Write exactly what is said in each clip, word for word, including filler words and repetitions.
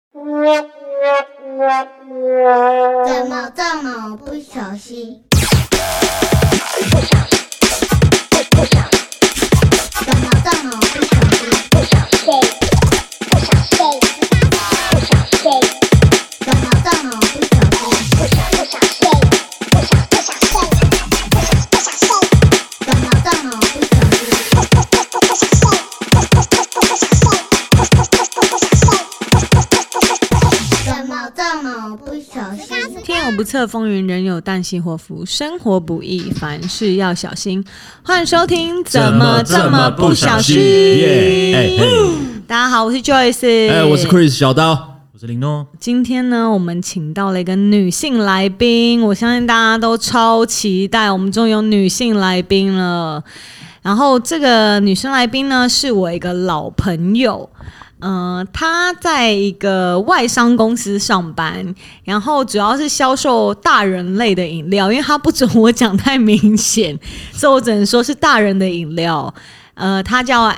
怎么这么不小心？不小心，不小心，怎么这么不小心？不小心，不小心，不小心，怎么这么不小心？不小不小心，不小不小心，不小不小心，怎么这么不小心？不不不不不小心，不不不不不小心，不不不不不小心，不不不不不怎么这么不小心？ 天有不测风云，人有旦夕祸福，生活不易，凡事要小心。欢迎收听怎么这么不小心、 耶哎嘿大家好，我是 Joyce， 哎，我是 Chris 小刀， 我是林诺。 今天呢，我们请到了一个女性来宾，我相信大家都超期待，我们终于有女性来宾了。然后这个女生来宾呢，是我一个老朋友，呃，她在一个外商公司上班，然后主要是销售大人类的饮料，因为她不准我讲太明显，所以我只能说是大人的饮料。呃，她叫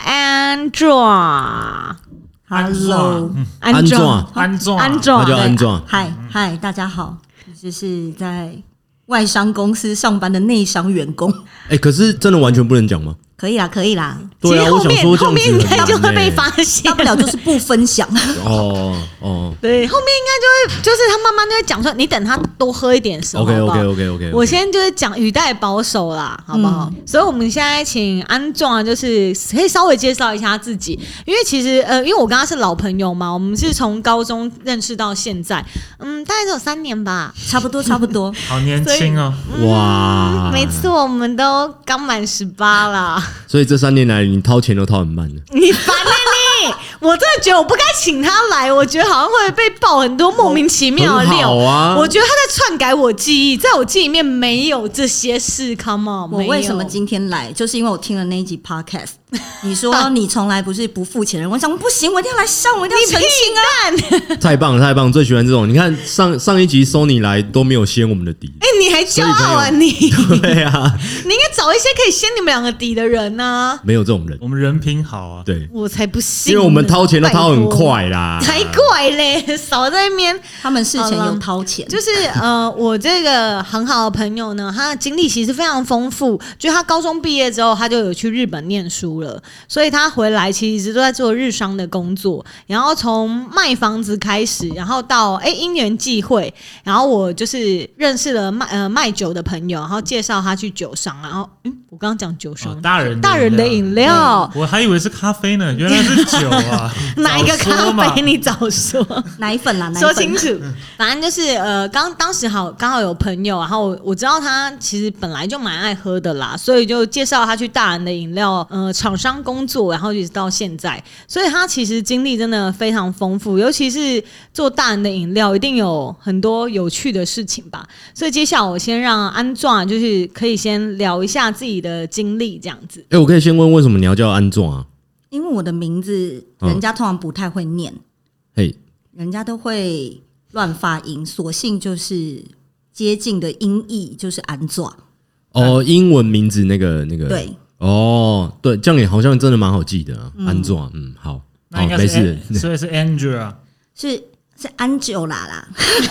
Andra。 Hello， 安壮安壮， 安壮， 他叫安壮。 嗨嗨，大家好，这是在外商公司上班的内商员工。 哎，可是真的完全不能讲吗？ 可以啦，可以啦， 对啊，我其实后面想说这样子后面应该就会很难欸被发现， 大不了就是不分享。 哦哦对，后面应该就会就是他慢慢就会讲出来，你等他多喝一点的时候 ，OK 好不好 OK OK OK， 我先就是讲语带保守啦，好不好？ 嗯所以我们现在请安壮啊，就是可以稍微介绍一下自己，因为其实呃，因为我跟他是老朋友嘛，我们是从高中认识到现在，嗯，大概只有三年吧。 差不多，差不多。 好年轻哦。 哇， 没错，我们都刚满十八啦。 所以这三年来你掏钱都掏很慢的。 你烦了你！我真的觉得我不该请他来，我觉得好像会被爆很多莫名其妙的很料。 好啊我觉得他在篡改我记忆，在我记忆里面没有这些事。Come on， 我为什么今天来，就是因为我听了那一集 podcast。你说你从来不是不付钱的人，我想不行，我一定要来上，我一定要澄清啊！ 太棒了，太棒了，最喜欢这种。你看上上一集 Sony 来都没有掀我们的底。 哎、你还骄傲啊你？ 对啊， 你应该找一些可以掀你们两个底的人啊！ 没有这种人。 我们人品好啊。 对， 我才不信呢， 因为我们掏钱都掏很快啦。 才怪嘞！少在那边。 他们事前有掏钱， 就是呃，我这个很好的朋友呢，他的经历其实非常丰富。就他高中毕业之后，他就有去日本念书了，所以他回来其实都在做日商的工作。然后从卖房子开始，然后到哎因缘际会，然后我就是认识了卖呃卖酒的朋友，然后介绍他去酒商。然后嗯，我刚刚讲酒商、 哦，大人大人的饮料， 我还以为是咖啡呢，原来是酒啊！ 哪一个咖早说嘛啡？你早说。 奶粉啦，奶说粉清楚，反正就是呃，刚当时好刚好有朋友，然后我我知道他其实本来就蛮爱喝的啦，所以就介绍他去大人的饮料呃厂商工作，然后一直到现在，所以他其实经历真的非常丰富，尤其是做大人的饮料，一定有很多有趣的事情吧。所以接下来我先让安壮就是可以先聊一下自己的经历，这样子。 哎，我可以先问为什么你要叫安壮啊？ 因为我的名字人家通常不太会念， 嘿， 人家都会乱发音，索性就是接近的音译就是安壮。 哦，英文名字那个那个。 对。 哦，对，这样也好像真的蛮好记的啊。安壮，嗯，好， 那应该是没事。 所以是 Angela， 是是 Angela 啦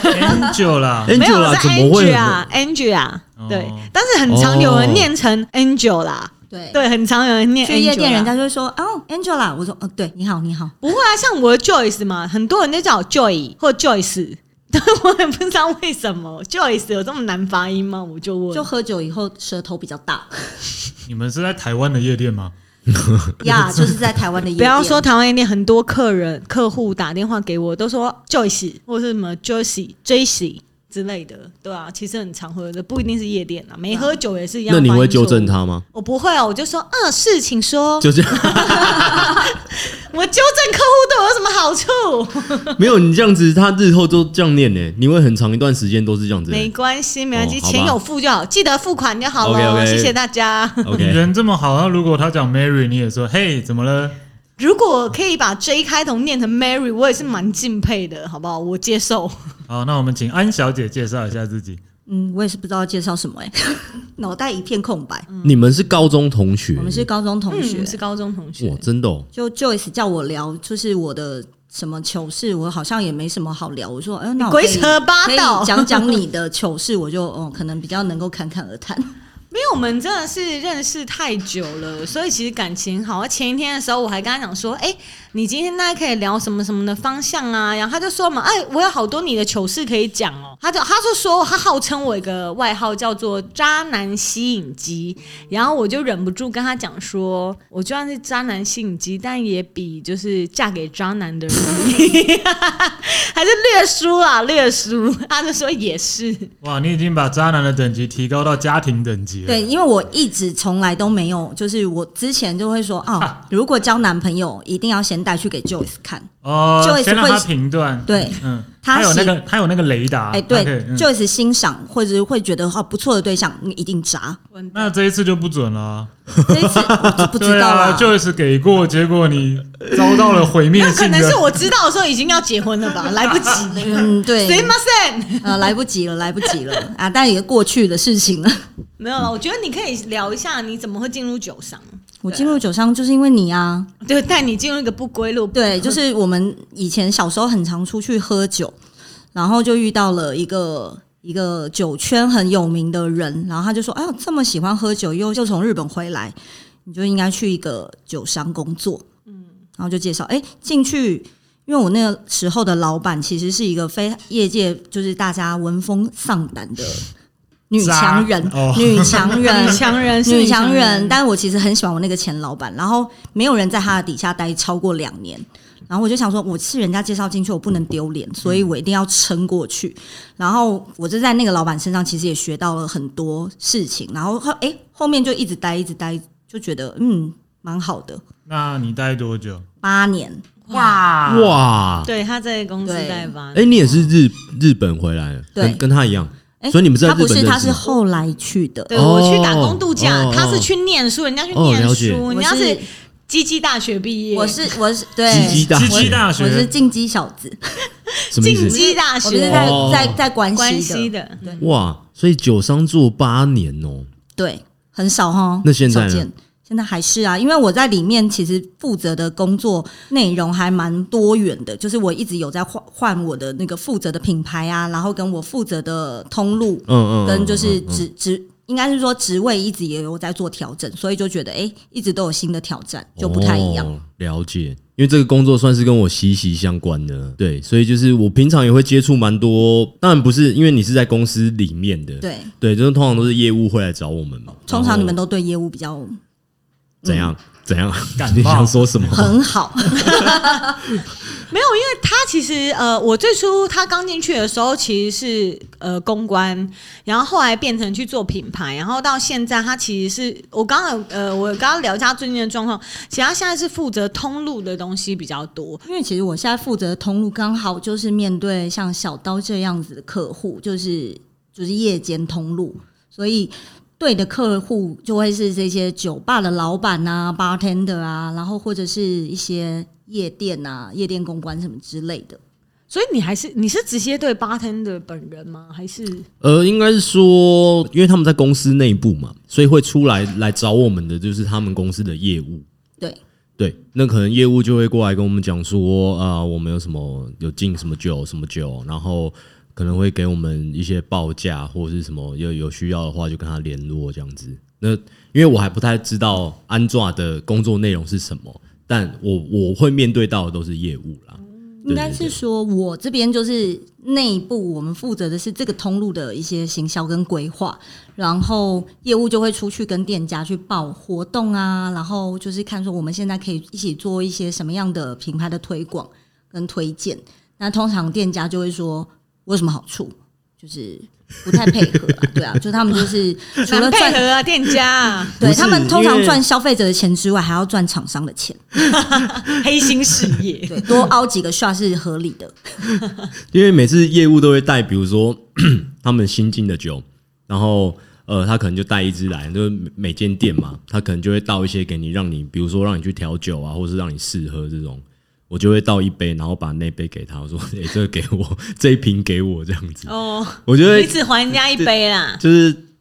Angela， 没有 Angela 是怎么会 Angela，Angela，对， 哦但是很常有人念成 Angela。 对对，很常有人念 Angela。 去夜店人家就会说哦 Angela， 我说哦对，你好你好。 不会啊，像我的 Joyce 嘛，很多人就叫我 Joy 或 Joyce， 但我也不知道为什么 Joyce 有这么难发音吗？我就问， 就喝酒以后舌头比较大你们是在台湾的夜店吗？ 呀，就是在台湾的夜店。 不要说台湾夜店，很多客人客户打电话给我都说 Joyce 或是什么 Joyce、Joyce 之类的，对啊，其实很常喝的，不一定是夜店啊，没喝酒也是一样。 那你会纠正他吗？ 我不会啊，我就说嗯是，请说。 就这样。 我纠正客户对我有什么好处？ 没有，你这样子，他日后都这样念呢，你会很长一段时间都是这样子。 没关系，没关系， 哦好吧钱有付就好，记得付款就好了。 OK，OK 谢谢大家。 你 OK， 人这么好，那如果他讲 Mary， 你也说嘿，怎么了？ 如果可以把 J 开头念成 Mary， 我也是蛮敬佩的，好不好？我接受。 好，那我们请安小姐介绍一下自己。 嗯，我也是不知道介绍什么哎、欸，脑袋一片空白。 你们是高中同学？ 我们是高中同学， 嗯、是高中同学。 哇，真的哦。 就 Joyce 叫我聊，就是我的什么糗事，我好像也没什么好聊。我说，哎、呃，那我鬼扯八道可以讲讲你的糗事，我就哦，可能比较能够侃侃而谈。 没有，我们真的是认识太久了，所以其实感情好。前一天的时候，我还跟他讲说：“哎，你今天大概可以聊什么什么的方向啊？”然后他就说嘛：“哎，我有好多你的糗事可以讲哦。”他就他就说，他号称我一个外号叫做“渣男吸引机”，然后我就忍不住跟他讲说：“我就算是渣男吸引机，但也比就是嫁给渣男的人还是略输啊，略输。”他就说也是。 哇，你已经把渣男的等级提高到家庭等级了。 对，因为我一直从来都没有，就是我之前就会说啊、哦，如果交男朋友，一定要先带去给 Joyce 看。 哦， Joyce 先让他会评断。 对， 嗯， 他他有那个他有那个雷达。 哎、欸，对、 嗯、 ，Joyce 欣赏或者是会觉得哦不错的对象，你一定渣。 那这一次就不准了、啊。 这一次我就不知道了、 啊、，Joyce 给过，结果你遭到了毁灭性的。 那可能是我知道的时候已经要结婚了吧，来不及了。 嗯，对。 谁嘛森？ 呃，来不及了，来不及了啊！但也过去的事情了。 没有了，我觉得你可以聊一下你怎么会进入酒商。 我进入酒商就是因为你啊， 对，带你进入一个不归路。 对，就是我们以前小时候很常出去喝酒，然后就遇到了一个一个酒圈很有名的人，然后他就说：“哎呦，这么喜欢喝酒，又又从日本回来，你就应该去一个酒商工作。”嗯，然后就介绍，哎，进去。因为我那个时候的老板其实是一个非业界就是大家闻风丧胆的女强人， 哦、 女强人， 女强人， 女强人。但是我其实很喜欢我那个前老板，然后没有人在他的底下待超过两年，然后我就想说，我是人家介绍进去，我不能丢脸，所以我一定要撑过去。然后我就在那个老板身上，其实也学到了很多事情。然后哎，后面就一直待，一直待，就觉得嗯，蛮好的。 那你待多久？ 八年。 哇哇！ 对，他在公司待八年。 哎，你也是日日本回来的， 对， 跟跟他一样。所以你们在日本认识？ 他不是，他是后来去的。 对，我去打工度假， 哦、 他是去念书，人家去念书， 哦、 人家是基基大学毕业。 我是我是对基基大学， 基基大学， 我是进基小子。 进基大学， 我们是在、哦、在在关西西的。 对， 哇，所以酒商做八年哦。 对，很少哈。 那现在呢？ 现在还是啊，因为我在里面其实负责的工作内容还蛮多元的，就是我一直有在换换我的那个负责的品牌啊，然后跟我负责的通路，嗯嗯，跟就是职职应该是说职位一直也有在做调整，所以就觉得哎、欸，一直都有新的挑战，就不太一样。 哦、了解，因为这个工作算是跟我息息相关的，对，所以就是我平常也会接触蛮多，当然不是因为你是在公司里面的， 对对， 就是通常都是业务会来找我们嘛， 通常你们都对业务比较。 怎样？嗯、怎样？ 感你想说什么？ 很好， 没有，因为他其实呃，我最初他刚进去的时候其实是呃公关，然后后来变成去做品牌，然后到现在他其实是我刚刚呃，我刚刚聊一下最近的状况，其实他现在是负责通路的东西比较多， 因为其实我现在负责的通路刚好就是面对像小刀这样子的客户，就是就是夜间通路，所以。对的客户就会是这些酒吧的老板啊 bartender 啊，然后或者是一些夜店啊夜店公关什么之类的。 所以你还是你是直接对 bartender 本人吗？还是呃，应该是说，因为他们在公司内部嘛，所以会出来来找我们的就是他们公司的业务。 对对，那可能业务就会过来跟我们讲说，啊、呃，我们有什么有进什么酒什么酒，然后。可能会给我们一些报价或者是什么有有需要的话就跟他联络这样子。那因为我还不太知道安抓的工作内容是什么，但我我会面对到的都是业务啦。 应该是说我这边就是内部我们负责的是这个通路的一些行销跟规划，然后业务就会出去跟店家去报活动啊，然后就是看说我们现在可以一起做一些什么样的品牌的推广跟推荐。那通常店家就会说我有什么好处，就是不太配合啊，对啊，就他们就是除了配合啊，店家、啊， 对他们通常赚消费者的钱之外，还要赚厂商的钱， 黑心事业， 对，多凹几个 shot 是合理的。 因为每次业务都会带，比如说他们新进的酒，然后呃，他可能就带一支来，就是每间店嘛，他可能就会倒一些给你，让你比如说让你去调酒啊，或是让你试喝这种。我就会倒一杯，然后把那杯给他，我说：“哎、欸，这个给我，这一瓶给我，这样子。”哦，我觉得你只还人家一杯啦。 就是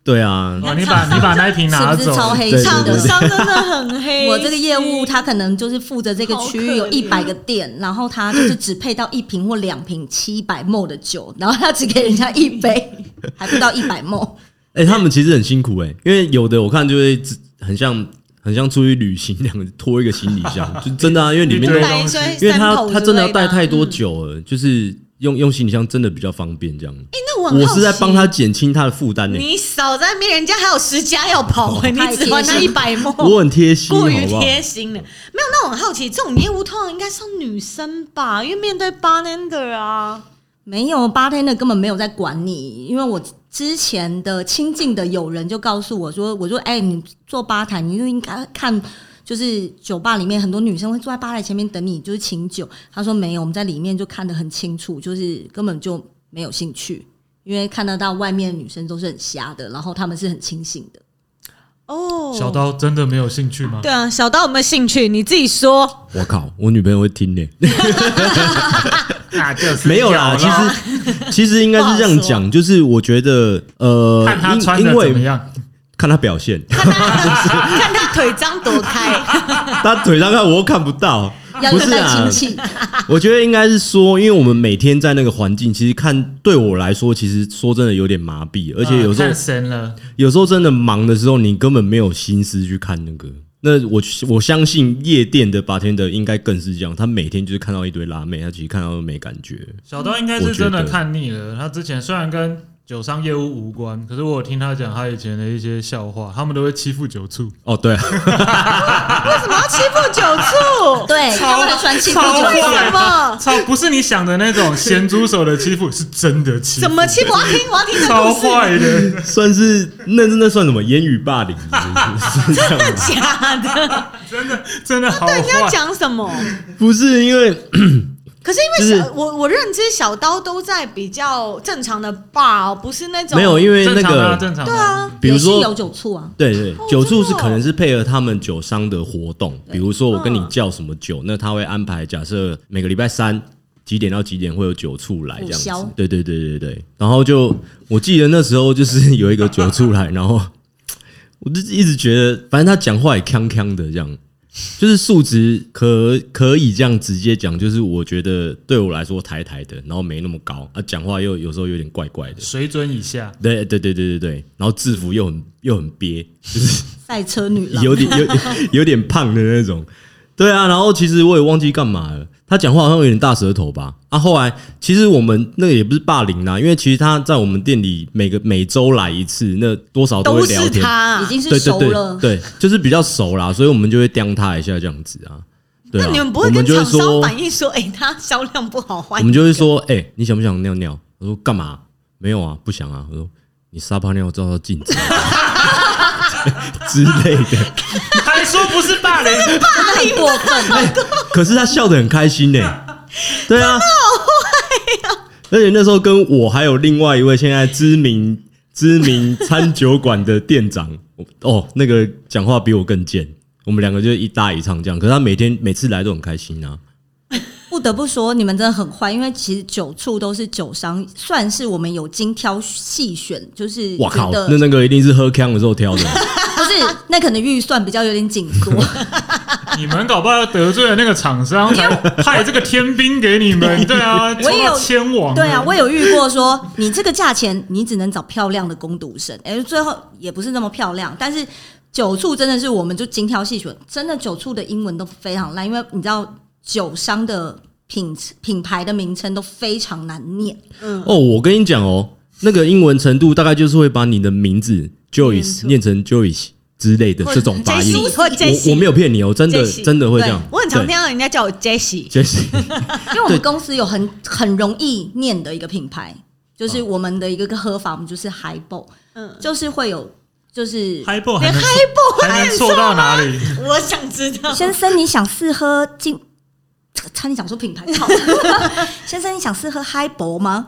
对啊， 哦，你把你把那一瓶拿走， 是不是超黑对心的？ 厂商真的很黑。 我这个业务他可能就是负责这个区域有一百个店，然后他就是只配到一瓶或两瓶七百 ml 的酒，然后他只给人家一杯，还不到一百 ml。 哎、欸，他们其实很辛苦哎、欸，因为有的我看就会很像很像出去旅行那样，拖一个行李箱，就真的啊，因为里面都因为他他真的要带太多酒了，嗯、就是用用行李箱真的比较方便这样。 哎、欸，那我很好奇我是在帮他减轻他的负担呢。 你少在那边，人家还有十家要跑、欸， 哦、 你只还那一百沫， 我很贴心， 过于贴心了。没有，那我很好奇，这种业务通常应该是女生吧？因为面对 bartender 啊。 没有 bartender 根本没有在管你，因为我之前的亲近的友人就告诉我说，我说哎、欸，你做吧台你就应该看，就是酒吧里面很多女生会坐在吧台前面等你，就是请酒。他说没有，我们在里面就看得很清楚，就是根本就没有兴趣，因为看得到外面的女生都是很瞎的，然后他们是很清醒的。 哦， 小刀真的没有兴趣吗？ 对啊，小刀有没有兴趣？你自己说。 我靠，我女朋友会听呢、 啊，就是没有啦，其实其实应该是这样讲，就是我觉得呃， 看他穿的怎么样， 看他表现， 看他看他腿张多开， 他腿张开我又看不到。 要有带亲戚， 我觉得应该是说，因为我们每天在那个环境，其实看对我来说，其实说真的有点麻痹，而且有时候、 呃、太深了， 有时候真的忙的时候，你根本没有心思去看那个。那我我相信夜店的bartender应该更是这样，他每天就是看到一堆辣妹，他其实看到都没感觉。 小刀应该是真的看腻了，他之前虽然跟酒商业务无关，可是我有听他讲他以前的一些笑话，他们都会欺负酒醋。 哦，对、啊， 为什么要欺负酒醋？ 对，他们很喜欢欺负酒醋。 为什么？ 超不是你想的那种咸猪手的欺负，是真的欺负。 怎么欺负？我要听，我要听这超坏的， 算是那那算什么言语霸凌？是真的假的？ 真的真的好坏。 对，你要讲什么？ 不是因为。 可是因为小、就是、我我认知小刀都在比较正常的 bar， 不是那种没有，因为那个正常的、啊、 对啊， 比如说有酒醋啊， 对对， 哦、 酒醋是可能是配合他们酒商的活动，比如说我跟你叫什么酒，嗯、那他会安排，假设每个礼拜三几点到几点会有酒醋来这样子，对对对对对，然后就我记得那时候就是有一个酒醋来，然后我就一直觉得，反正他讲话也锵锵的这样。就是素质可可以这样直接讲，就是我觉得对我来说台台的，然后没那么高啊，讲话又有时候有点怪怪的， 水准以下。 对对对对对对，然后制服又很又很憋，就是赛车女郎， 有点有有点胖的那种。对啊，然后其实我也忘记干嘛了。他讲话好像有点大舌头吧？啊，后来其实我们那个也不是霸凌啦，因为其实他在我们店里每个每周来一次，那多少都会聊天， 都是他已经是熟了， 对，对，对，就是比较熟啦，所以我们就会刁他一下这样子啊。对啊， 那你们不会跟厂商反映说，哎、欸，他销量不好换？ 我们就会说，哎、欸，你想不想尿尿？我说干嘛？没有啊，不想啊。我说你撒泡尿照照镜子之类的。 还说不是霸凌， 霸凌过分。 可是他笑得很开心呢、欸。对啊，而且那时候跟我还有另外一位现在知名知名餐酒馆的店长，哦，那个讲话比我更贱，我们两个就一搭一唱这样。可是他每天每次来都很开心啊。 不得不说，你们真的很坏，因为其实酒醋都是酒商，算是我们有精挑细选，就是哇靠，那那个一定是喝康的时候挑的， 不是？那可能预算比较有点紧缩。 你们搞不好要得罪了那个厂商，才派这个天兵给你们。对啊， 我也有千王。 对啊，我有遇过说，你这个价钱，你只能找漂亮的工读生，哎、欸，最后也不是那么漂亮，但是酒醋真的是我们就精挑细选，真的酒醋的英文都非常烂，因为你知道。酒商的品品牌的名称都非常难念。 嗯，哦，我跟你讲哦，那个英文程度大概就是会把你的名字 Joyce 念成 Joyce 之类的这种发音。 或 Jessie， 我我没有骗你哦，真的真的会这样。 我很常听到人家叫我 Jessie，Jessie， 因为我们公司有很很容易念的一个品牌，就是我们的一个喝法，我们就是 Highball， 嗯，就是会有。就是 Highball 连 Highball 还能错到哪里？ 我想知道， 先生，你想试喝金？差点讲出品牌好。先生，你想试喝 Highball 吗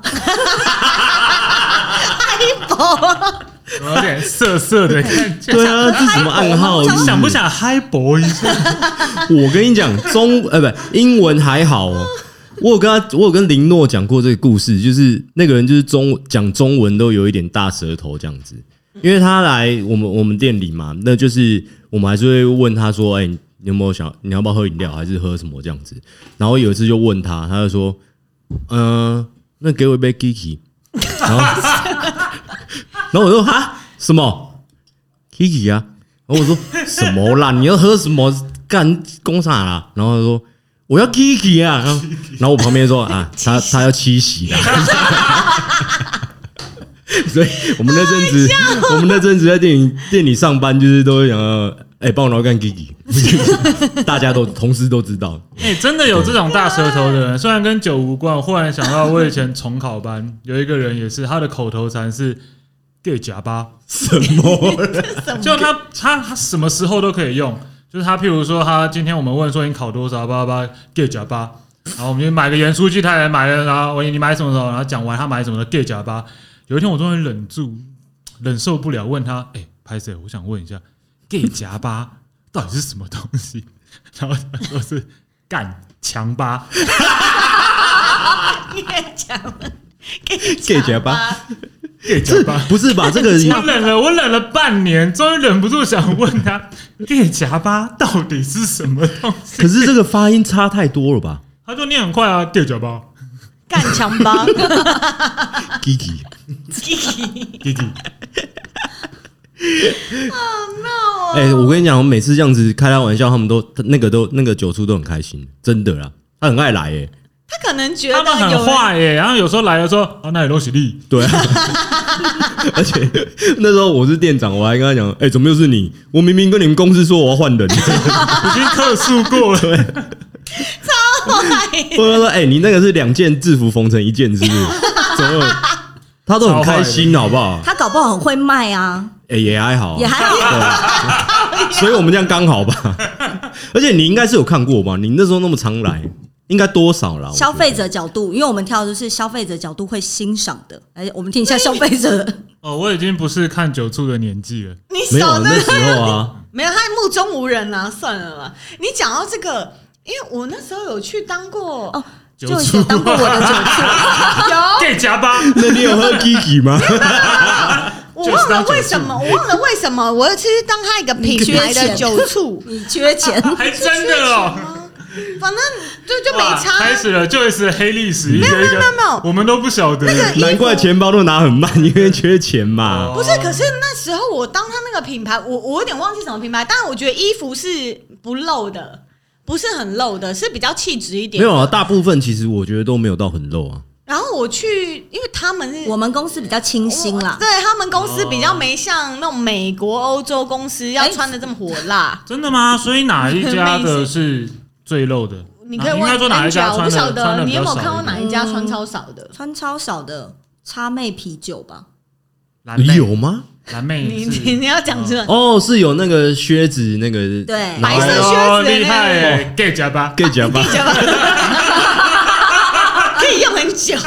？Highball 有点涩涩的感觉。 对啊，这什么暗号？ 你想不想 Highball 一下？ 我跟你讲，中呃不，英文还好哦。我有跟他，我有跟林诺讲过这个故事，就是那个人就是中讲中文都有一点大舌头这样子。 因为他来我们我们店里嘛，那就是我们还是会问他说，哎、欸，你有没有想你要不要喝饮料，还是喝什么这样子？然后有一次就问他，他就说，嗯、呃，那给我一杯 Kiki。然后，然后我说哈什么 Kiki 啊？然后我说什么啦？你要喝什么？干公啥啦？然后他说我要 Kiki 啊。然后，然后我旁边说啊，他他要七喜啦。所以我们那阵子，我们那阵子在店里店里上班，就是都会想要，哎、欸，帮我拿干 Kiki， 大家都同事都知道。 哎、欸，真的有这种大舌头的人，虽然跟酒无关，我忽然想到，我以前重考班有一个人也是，他的口头禅是 “gay 假巴”， 什么？ 就他他他什么时候都可以用，就是他譬如说，他今天我们问说你考多少，叭叭叭 “gay 假巴”，然后我们就买个盐酥鸡，他也买了，然后我你买什么什么，然后讲完他买什么的 “gay 假巴”。有一天我终于忍住，忍受不了，问他：“哎、欸，拍摄，我想问一下 ，gay 夹巴到底是什么东西？”然后他说是干强巴。 你也讲了 gay 夹巴 ，gay 夹巴不是吧？这个我忍了，我忍了半年，终于忍不住想问他 ，gay 夹巴到底是什么东西？ 可是这个发音差太多了吧？ 他就念很快啊 ，gay 夹巴。 干强巴 ，Kiki Kiki， ，Oh no！ 哎、欸，我跟你讲，我每次这样子开他玩笑，他们都那个都那个酒醋都很开心，真的啦，他很爱来哎、欸。 他可能觉得他们很坏耶、欸，然后有时候来了说啊，那也都是你， 对啊，而且那时候我是店长，我还跟他讲，哎、欸，怎么又是你？我明明跟你们公司说我要换人， 已经客诉过了，对。 超坏。 或者说，哎、欸，你那个是两件制服缝成一件，是不是？怎么？他都很开心，好不好？ 他搞不好很会卖啊， 哎、欸，也还好， 也还好， 所以我们这样刚好吧。而且你应该是有看过吧？你那时候那么常来。应该多少啦？ 消费者角度，因为我们挑的是消费者角度会欣赏的。来，我们听一下消费者的。 哦，我已经不是看酒醋的年纪了。 你没有少在那时候啊， 没有，他目中无人啊，算了啦。你讲到这个，因为我那时候有去当过哦， 酒就有当过我的酒醋， 有 gay 夹巴。 那你有喝 Kiki 吗？ 我忘了为什么，我忘了为什么，我其实当他一个品牌的酒醋， 你缺钱， 还真的哦。 反正就就没差。 开始了，Joyce的黑历史， 没有没有没有没有， 我们都不晓得。 难怪钱包都拿很慢，因为缺钱嘛。 不是，可是那时候我当他那个品牌，我我有点忘记什么品牌，但是我觉得衣服是不露的，不是很露的，是比较气质一点。 没有啊，大部分其实我觉得都没有到很露啊。 然后我去，因为他们是我们公司比较清新啦， 对他们公司比较没像那种美国、欧洲公司要穿的这么火辣。 真的吗？所以哪一家的是最露的？ 你可以问应该说哪一家我穿的？ 不晓得穿的你有没有看过哪？ 哪一家穿超少的？ 穿超少的叉妹啤酒吧？ 蓝妹有吗？ 蓝妹你是你你要讲这个哦，是有那个靴子，那个对白色靴子哦的那个厉害耶，gay 夹巴 ，gay 夹巴， 可以用很久。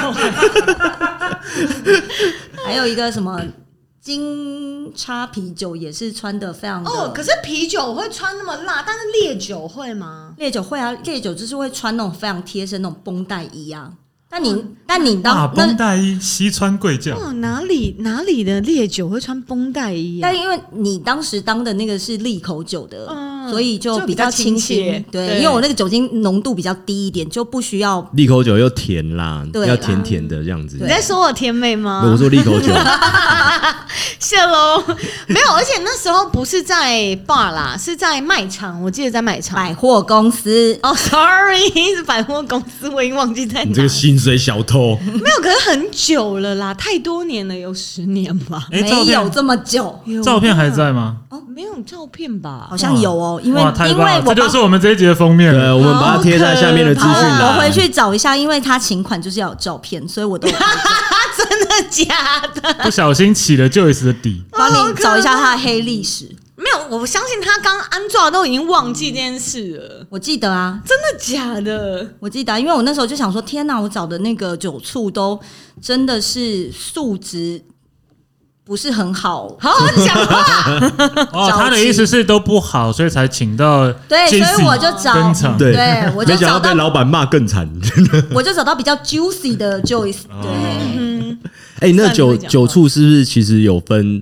还有一个什么金叉啤酒也是穿的非常的哦，可是啤酒会穿那么辣，但是烈酒会吗？ 烈酒会啊，烈酒就是会穿那种非常贴身那种绷带衣啊。但你，但你当啊， 那绷带衣，西川贵将。 哦，哪里哪里的烈酒会穿绷带衣啊但？因为你当时当的那个是利口酒的， 嗯所以就比较清新。 就比较亲切对， 对因为我那个酒精浓度比较低一点，就不需要。 利口酒又甜啦， 对啦要甜甜的这样子你。在说我甜美吗？ 我说利口酒， 谢喽，没有，而且那时候不是在 bar 啦，是在卖场，我记得在卖场。 百货公司哦、oh,，sorry， 是百货公司，我已经忘记在哪。 你这个薪水小偷。 没有，可是很久了啦，太多年了，有十年吧？ 哎， 没照片有这么久， 有照片还在吗？ 哦，没有照片吧？ 好像有哦，因为哇，太因棒了！这就为我帮是我们这一集的封面对， 了。 我们把它贴在下面的资讯好栏。 我回去找一下，因为他请款就是要有照片，所以我都有拍照真的假的？ 不小心起了 Joyce 的底。 帮你找一下他的黑历史。 没有，我相信他刚安装都已经忘记这件事了。 我记得啊， 真的假的？ 我记得、啊，因为我那时候就想说，天哪，我找的那个酒醋都真的是素质不是很好。 好好讲话。 哦，他的意思是都不好，所以才请到对，所 Jesse 以我就找登场。 对， 对我就没想到找到被老板骂更惨。 我就找到比较 juicy 的 Joyce。对， 嗯， 哎、那酒算了会讲话酒醋是不是其实有分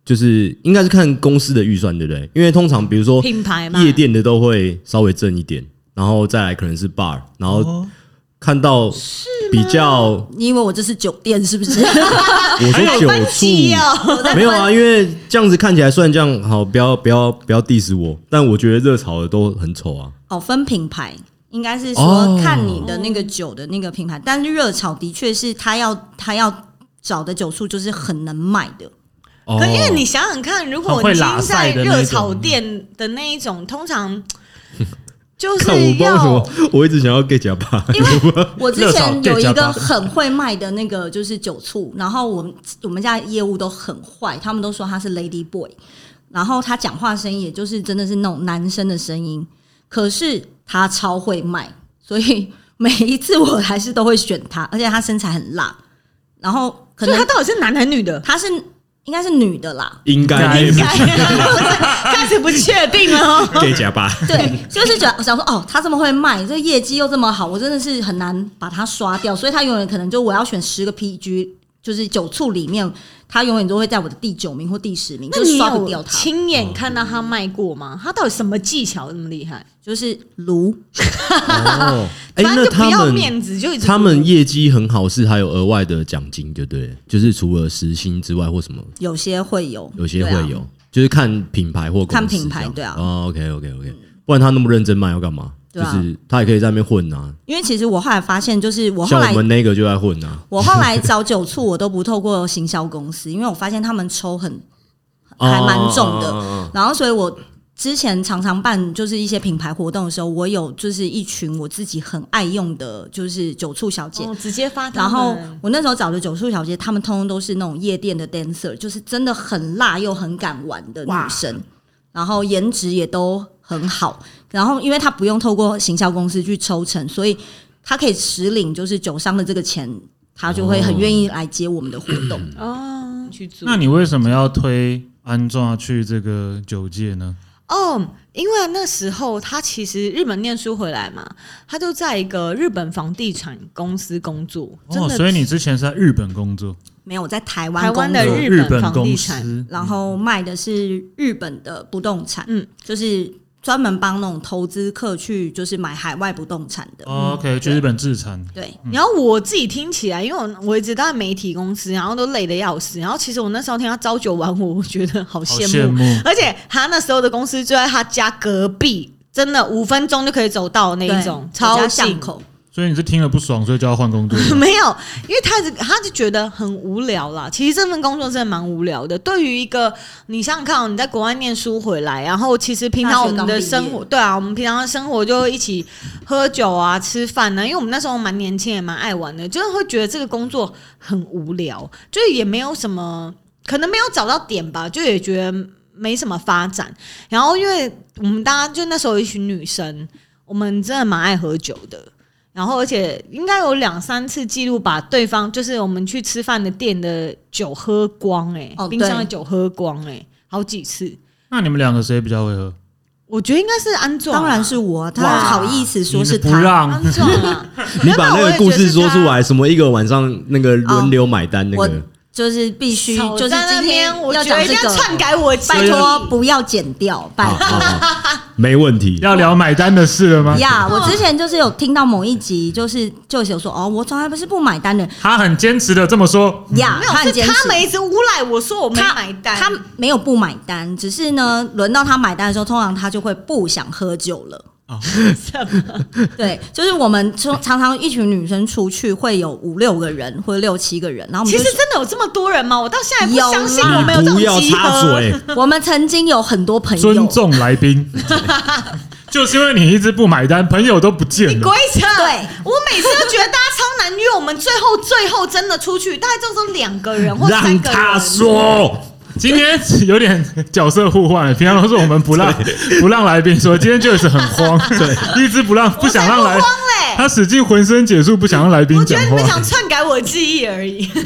就是应该是看公司的预算，对不对？因为通常比如说品牌嘛， 夜店的都会稍微正一点，然后再来可能是 bar， 然后看到比较， 你以为我这是酒店是不是？ 我说酒处哦， 没有啊，因为这样子看起来虽然这样好，不要不要不要 diss 我，但我觉得热潮的都很丑啊。 哦，分品牌。应该是说哦看你的那个酒的那个品牌，但是热炒的确是他要他要找的酒处就是很能卖的。 哦可因为你想想看，如果很会你拉在塞的那种热炒店的那一种，通常就看我是不知道为什要么，我一直想要 get 假吧， 因为我之前有一个热炒店很会卖的那个就是酒醋，然后我们我们家业务都很坏，他们都说他是 Lady Boy， 然后他讲话声音也就是真的是那种男生的声音，可是他超会卖，所以每一次我还是都会选他，而且他身材很辣，然后可能所以他到底是男还是女的？ 他是应该是女的啦， 应该应该开始不确定了哦。 get 假吧。 对，就是觉得想说哦，他这么会卖，这业绩又这么好，我真的是很难把他刷掉，所以他永远可能就我要选十个 P G， 就是酒醋里面，他永远都会在我的第九名或第十名， 那你就刷不有掉他。 亲眼看到他卖过吗？他到底什么技巧这么厉害？ 就是炉， 哦，哎、 反正那就不要他们面子，就一直他们业绩很好，是还有额外的奖金，对不对？就是除了时薪之外或什么， 有些会有， 有些会有， 对啊就是看品牌或公司看品牌这样对啊哦 ，OK OK OK，、嗯、不然他那么认真卖要干嘛？ 对啊就是他也可以在那边混啊， 因为其实我后来发现，就是我后像来我们那个就在混啊， 我后来找酒醋，我都不透过行销公司，因为我发现他们抽很还蛮重的， 哦哦哦哦然后所以我之前常常办就是一些品牌活动的时候，我有就是一群我自己很爱用的，就是酒醋小姐。 哦，直接发他们。 然后我那时候找的酒醋小姐，她们通通都是那种夜店的 dancer， 就是真的很辣又很敢玩的女生，然后颜值也都很好。然后因为她不用透过行销公司去抽成，所以她可以实领就是酒商的这个钱，她就会很愿意来接我们的活动。 哦，去做。 那你为什么要推安壮去这个酒界呢？ 哦，因为那时候他其实日本念书回来嘛，他就在一个日本房地产公司工作，真哦， 的。 所以你之前是在日本工作， 没有，我在台湾台湾的工作日日本房地公产， 司， 然后卖的是日本的不动产， 嗯， 就是专门帮那种投资客去就是买海外不动产的。 哦，OK，去日本自产， 对， 然后我自己听起来，因为我我一直都在媒体公司，然后都累得要死。然后其实我那时候听他朝九晚五，我觉得好好羡羡慕。 慕。 而且他那时候的公司就在他家隔壁，真的五分钟就可以走到那一种， 对超我家巷近。 口。 所以你是听了不爽，所以就要换工作。 没有，因为他他就觉得很无聊啦。其实这份工作真的蛮无聊的。对于一个你想想看、哦，你在国外念书回来，然后其实平常我们的生活，对啊，我们平常的生活就会一起喝酒啊、吃饭呢、啊。因为我们那时候蛮年轻，也蛮爱玩的，就是会觉得这个工作很无聊，就是也没有什么，可能没有找到点吧，就也觉得没什么发展。然后因为我们大家就那时候有一群女生，我们真的蛮爱喝酒的。然后，而且应该有两三次记录，把对方就是我们去吃饭的店的酒喝光、欸，哎、 哦冰箱的酒喝光、欸，哎，好几次。 那你们两个谁比较会喝？ 我觉得应该是安壮、啊， 当然是我，他哇好意思说是你不他。 让安壮啊！ 你把那个故事说出来，什么一个晚上那个轮流买单那我个， 就是必须， 吵就是在那今天边，我要觉得一定要讲这个， 篡改我记忆， 拜托不要剪掉，拜托。 好好好没问题。 要聊买单的事了吗？ 呀我之前就是有听到某一集，就是就有说哦，我从来不是不买单的他很坚持的这么说。 呀， 没有是他很坚持他们一直诬赖我说我没他买单， 他没有不买单，只是呢，轮到他买单的时候，通常他就会不想喝酒了。对，就是我们常常常一群女生出去会有五六个人或者六七个人，然后我们就其实真的有这么多人吗？我到现在不有相信啦我们有这种不要集插合。 嘴， 我们曾经有很多朋友尊重来宾，就是因为你一直不买单，朋友都不见了。 你鬼扯！ 对， 我每次都觉得大家超难约，我们最后最后真的出去，大概就是两个人或三让个人。 他说。 今天有点角色互换了，平常都是我们不让不让来宾说，今天就是很慌，对，一直不让不想让来， 我才不慌嘞他使尽浑身解数不想让来宾讲我觉得你们想话。 篡改我的记忆而已。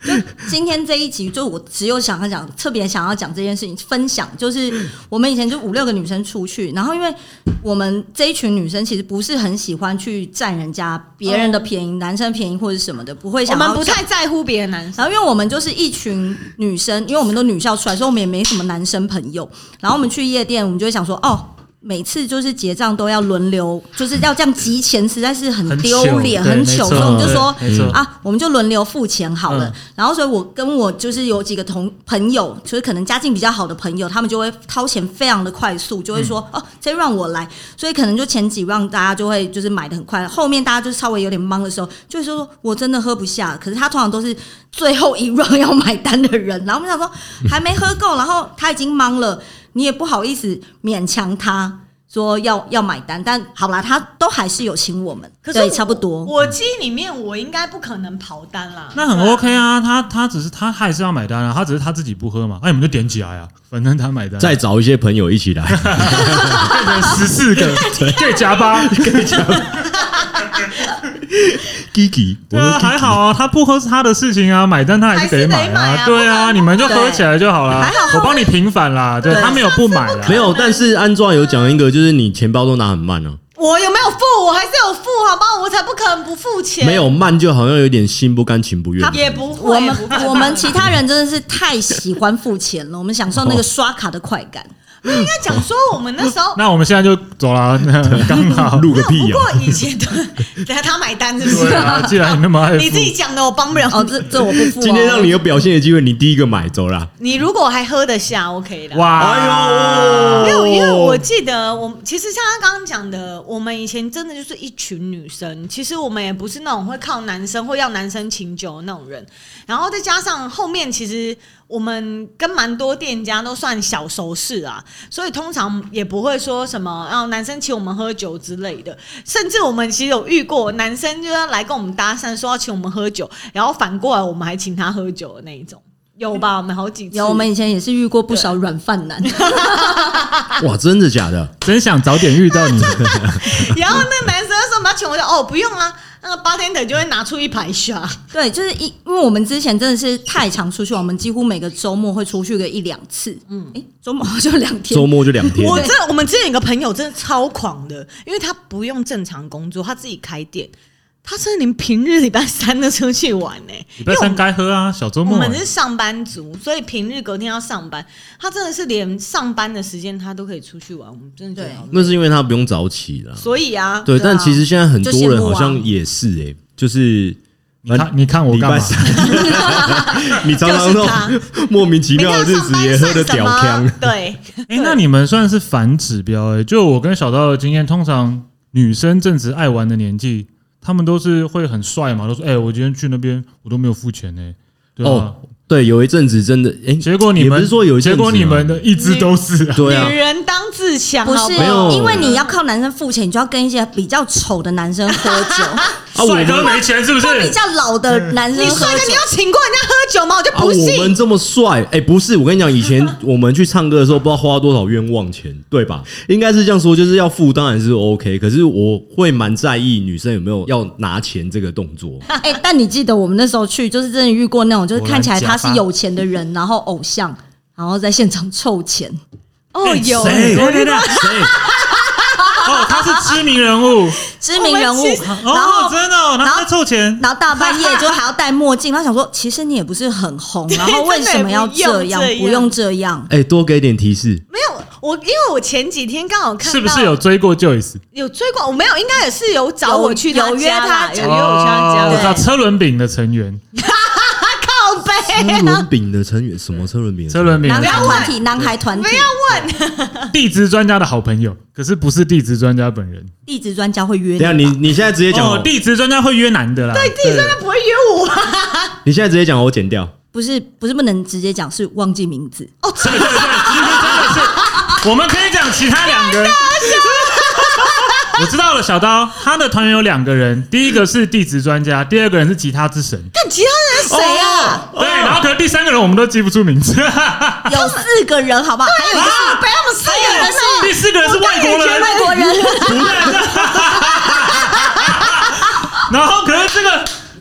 今天这一集，就我只有想要讲，特别想要讲这件事情，分享就是我们以前就五六个女生出去，然后因为我们这一群女生其实不是很喜欢去占人家别人的便宜，哦、男生便宜或者什么的，不会想要。 我们不太在乎别的男生。 然后因为我们就是一群女生，因为我们都女校出来，所以我们也没什么男生朋友。然后我们去夜店，我们就会想说，哦。每次就是结账都要轮流，就是要这样集钱，实在是很丢脸、很糗，所以我们就说啊，我们就轮流付钱好了。嗯、然后，所以我跟我就是有几个同朋友，就是可能家境比较好的朋友，他们就会掏钱非常的快速，就会说、嗯、哦，这 round 我来。所以可能就前几 round 大家就会就是买的很快，后面大家就稍微有点忙的时候，就会说我真的喝不下。可是他通常都是最后一 round 要买单的人，然后我们想说还没喝够，然后他已经忙了。你也不好意思勉强他说要要买单，但好啦，他都还是有请我们，可是对，差不多。 我记忆里面我应该不可能跑单啦， 那很 OK 啊，他他只是他还是要买单啊，他只是他自己不喝嘛，那、啊、你们就点起来啊，反正他买单， 再找一些朋友一起来， 变成十四个，可以加八，可以加八。 Kiki， 对啊，还好啊，他不喝是他的事情啊，买单他还是得买啊，对啊，你们就喝起来就好了，我帮你平反啦，对他没有不买啦， 没有，但是安装有讲一个，就是你钱包都拿很慢啊。 我有没有付？我还是有付，好不好？我才不可能不付钱。 没有慢，就好像有点心不甘情不愿。 也不会， 我们我们其他人真的是太喜欢付钱了，我们享受那个刷卡的快感。 应该讲说我们那时候， 那我们现在就走了，刚好录个屁啊！不过以前的，等下他买单是不是？ 对啊，既然你那么爱付， 你自己讲的，我帮不了。 哦，这这我不付、哦。 今天让你有表现的机会，你第一个买，走啦。 你如果还喝得下 ，OK 的。 哇， 哎呦， 没有，因为我记得我其实像他刚刚讲的，我们以前真的就是一群女生，其实我们也不是那种会靠男生会要男生请酒的那种人，然后再加上后面其实。我们跟蛮多店家都算小熟识啊，所以通常也不会说什么让、啊、男生请我们喝酒之类的，甚至我们其实有遇过男生就要来跟我们搭讪，说要请我们喝酒，然后反过来我们还请他喝酒的那一种，有吧？我们好几次有，我们以前也是遇过不少软饭男。 哇，真的假的？ 真想早点遇到你。 然后那男生说我们要请我，就哦不用啊。那个 bartender 就会拿出一排下， 对，就是因因为我们之前真的是太常出去，我们几乎每个周末会出去个一两次，嗯，哎，周末就两天， 周末就两天。 我这我们之前有个朋友真的超狂的，因为他不用正常工作，他自己开店。他是连平日礼拜三都出去玩呢、欸， 礼拜三该喝啊，小周末、 欸。我们是上班族，所以平日隔天要上班。他真的是连上班的时间他都可以出去玩，我们真的觉得好。 那是因为他不用早起啦。 所以啊， 对， 对啊但其实现在很多人好像也是哎、欸，就是你看你看我干嘛？ 你常常那种莫名其妙的日子也喝得屌呛。 对， 哎、欸，那你们算是反指标哎、欸。就我跟小刀的经验，通常女生正值爱玩的年纪。他们都是会很帅嘛，都说：“哎、欸，我今天去那边，我都没有付钱呢、欸。”对吧？哦， 对，有一阵子真的，哎、欸， 结果你们也不是说有一阵子， 结果你们的一直都是、啊， 对啊， 女人当自强， 不是没有， 因为你要靠男生付钱，你就要跟一些比较丑的男生喝酒。 帅哥没钱是不是？ 比较老的男生喝酒， 你帅哥你要请过人家喝酒吗？我就不信。 啊、我们这么帅，哎、欸，不是，我跟你讲，以前我们去唱歌的时候，不知道花多少冤枉钱，对吧？应该是这样说，就是要付，当然是 OK， 可是我会蛮在意女生有没有要拿钱这个动作。 哎、欸，但你记得我们那时候去，就是真的遇过那种，就是看起来他是有钱的人，然后偶像，然后在现场凑钱。 哦，有谁？ 对对对，谁？哦，他是知名人物， 知名人物， 然后、哦、真的、哦，然后在凑钱， 然后大半夜就还要戴墨镜，他想说，其实你也不是很红，然后为什么要这样？不用这样， 哎、欸，多给点提示。 没有，我因为我前几天刚好看到， 是不是有追过 Joyce？ 有追过，我没有，应该也是有找我去他有约他， 有约我去他家， 我知道车轮饼的成员。 靠背， 车轮饼的成员什么车轮饼？ 车轮饼男孩团体，男孩团体， 不要问。 地质专家的好朋友，可是不是地质专家本人。 地质专家会约你， 等一下你你现在直接讲、 哦，地质专家会约男的啦。 对，地质专家不会约我、啊。 你现在直接讲，我剪掉。 不是不是不能直接讲，是忘记名字。 哦， 对对对，其实真的是，我们可以讲其他两个人。我知道了，小刀，他的团员有两个人，第一个是地质专家，第二个人是吉他之神。 但其他人谁啊？ 哦、对，然后可能第三个人我们都记不出名字。 有四个人，好不好？还有一个是， 被他们四个人是，第四个人是外国人， 外国人。 不对。然后可能这个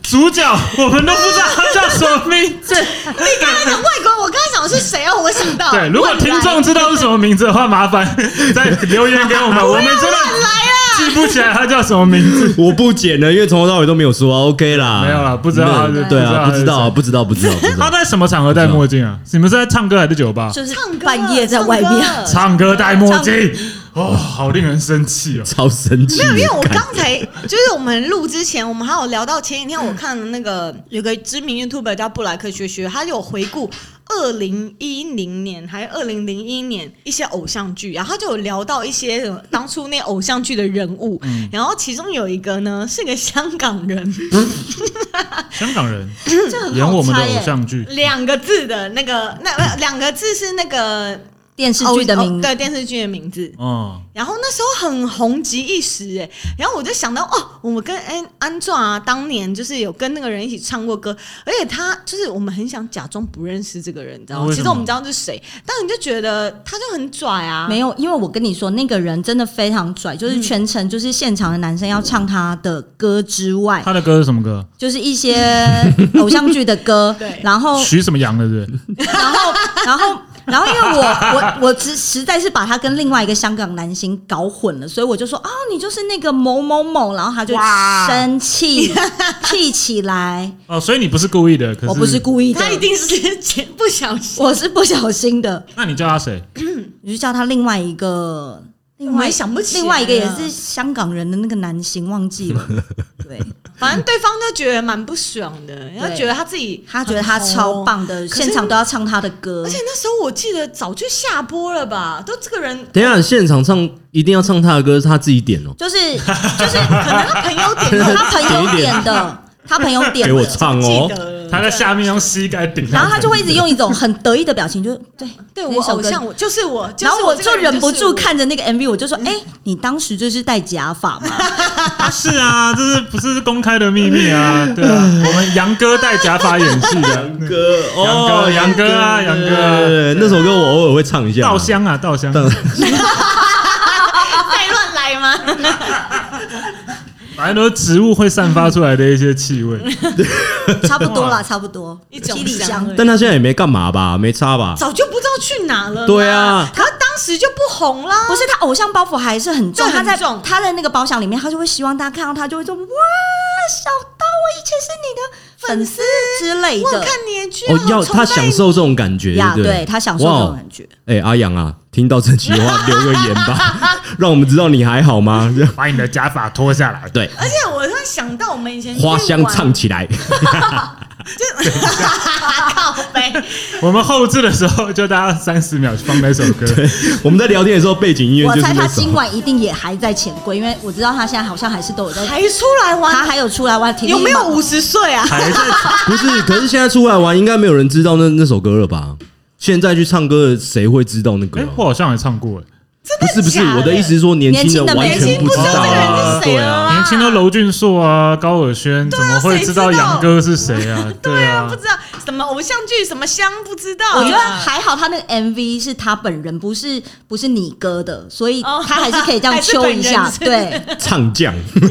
主角我们都不知道他叫什么名字。 你刚才讲外国人，我刚才讲的是谁哦？我想到， 对，如果听众知道是什么名字的话，麻烦再留言给我们，我们真的记不起来他叫什么名字。 我不剪了，因为从头到尾都没有说、啊、，OK 啦， 没有啦，不知道他是， 对啊，不知道，不知道，不知道，不知道。 他在什么场合戴墨镜啊？你们是在唱歌还是酒吧？ 就是半夜在外面唱歌戴墨镜，哦，好令人生气哦， 超生气。 没有，因为我刚才就是我们录之前，我们还有聊到前几天我看的那个有个知名 YouTuber 叫布莱克学学，他有回顾二零一零年还是二零零一年一些偶像剧，然后他就有聊到一些当初那偶像剧的人物，嗯、然后其中有一个呢是个香港人， 香港人演我们的偶像剧， 两个字的那个那两个字是那个。 电视剧的名字、 哦哦，对电视剧的名字。 哦， 然后那时候很红极一时哎，然后我就想到哦，我们跟安安壮啊，当年就是有跟那个人一起唱过歌，而且他就是我们很想假装不认识这个人，你知道吗？其实我们知道是谁，但你就觉得他就很拽啊。 没有，因为我跟你说，那个人真的非常拽，就是全程就是现场的男生要唱他的歌之外， 他的歌是什么歌？ 就是一些偶像剧的歌， 对， 然后徐什么洋的对， 然后然后。然后因为我我我实实在是把他跟另外一个香港男星搞混了，所以我就说哦，你就是那个某某某，然后他就生气气起来。 哦，所以你不是故意的，可是我不是故意的， 他一定是不小心， 我是不小心的。 那你叫他谁？ 你就叫他另外一个，另外想不起， 另外一个也是香港人的那个男星，忘记了。对。 反正对方就觉得蛮不爽的，他觉得他自己， 他觉得他超棒的，现场都要唱他的歌。 而且那时候我记得早就下播了吧？都这个人， 等一下现场唱一定要唱他的歌，是他自己点哦， 就是就是可能他朋友点的， 他朋友点的，他朋友点的给我唱哦。 他在下面用膝盖顶， 然后他就会一直用一种很得意的表情，就对对我偶像，我就是我， 然后我就忍不住看着那个 M V， 我就说：“哎，你当时就是戴假发吗？” 是啊，这是不是公开的秘密啊？对啊，我们杨哥戴假发演戏的， 杨哥， 杨哥，杨哥啊，杨哥啊， 那首歌我偶尔会唱一下， 稻香啊，稻香， 再乱来吗？ 反正都是植物会散发出来的一些气味， 差不多啦，差不多一种香。 但他现在也没干嘛吧，没差吧？ 早就不知道去哪了。 对啊， 他当时就不红啦。 不是他偶像包袱还是很重，他在重他在那个包厢里面，他就会希望大家看到他，就会说哇，小刀，我以前是你的粉丝之类的。 我看你的剧， 哦，要他享受这种感觉， 呀， 对， 对他享受这种感觉。 哎，阿阳啊，听到这句话留个言吧，让我们知道你还好吗？ 把你的假发脱下来。 对， 而且我突然想到，我们以前花香唱起来。 就靠背， 我们后置的时候就大家三十秒放那首歌。 对，我们在聊天的时候背景音乐就是那首。 我猜他今晚一定也还在钱柜，因为我知道他现在好像还是都有在， 还出来玩， 他还有出来玩。 有没有五十岁啊？ 还在不是，可是现在出来玩，应该没有人知道那那首歌了吧？现在去唱歌的谁会知道那个、啊？ 哎、欸，我好像也唱过哎。 不是不是，我的意思是说，年轻的完全不知道啊， 对啊， 年轻的娄俊硕啊、高尔宣，怎么会知道杨哥是谁啊？ 对啊，不知道什么偶像剧什么香，不知道。 我觉得还好，他那个 M V 是他本人，不是不是你歌的，所以他还是可以这样秋一下，对， 唱将。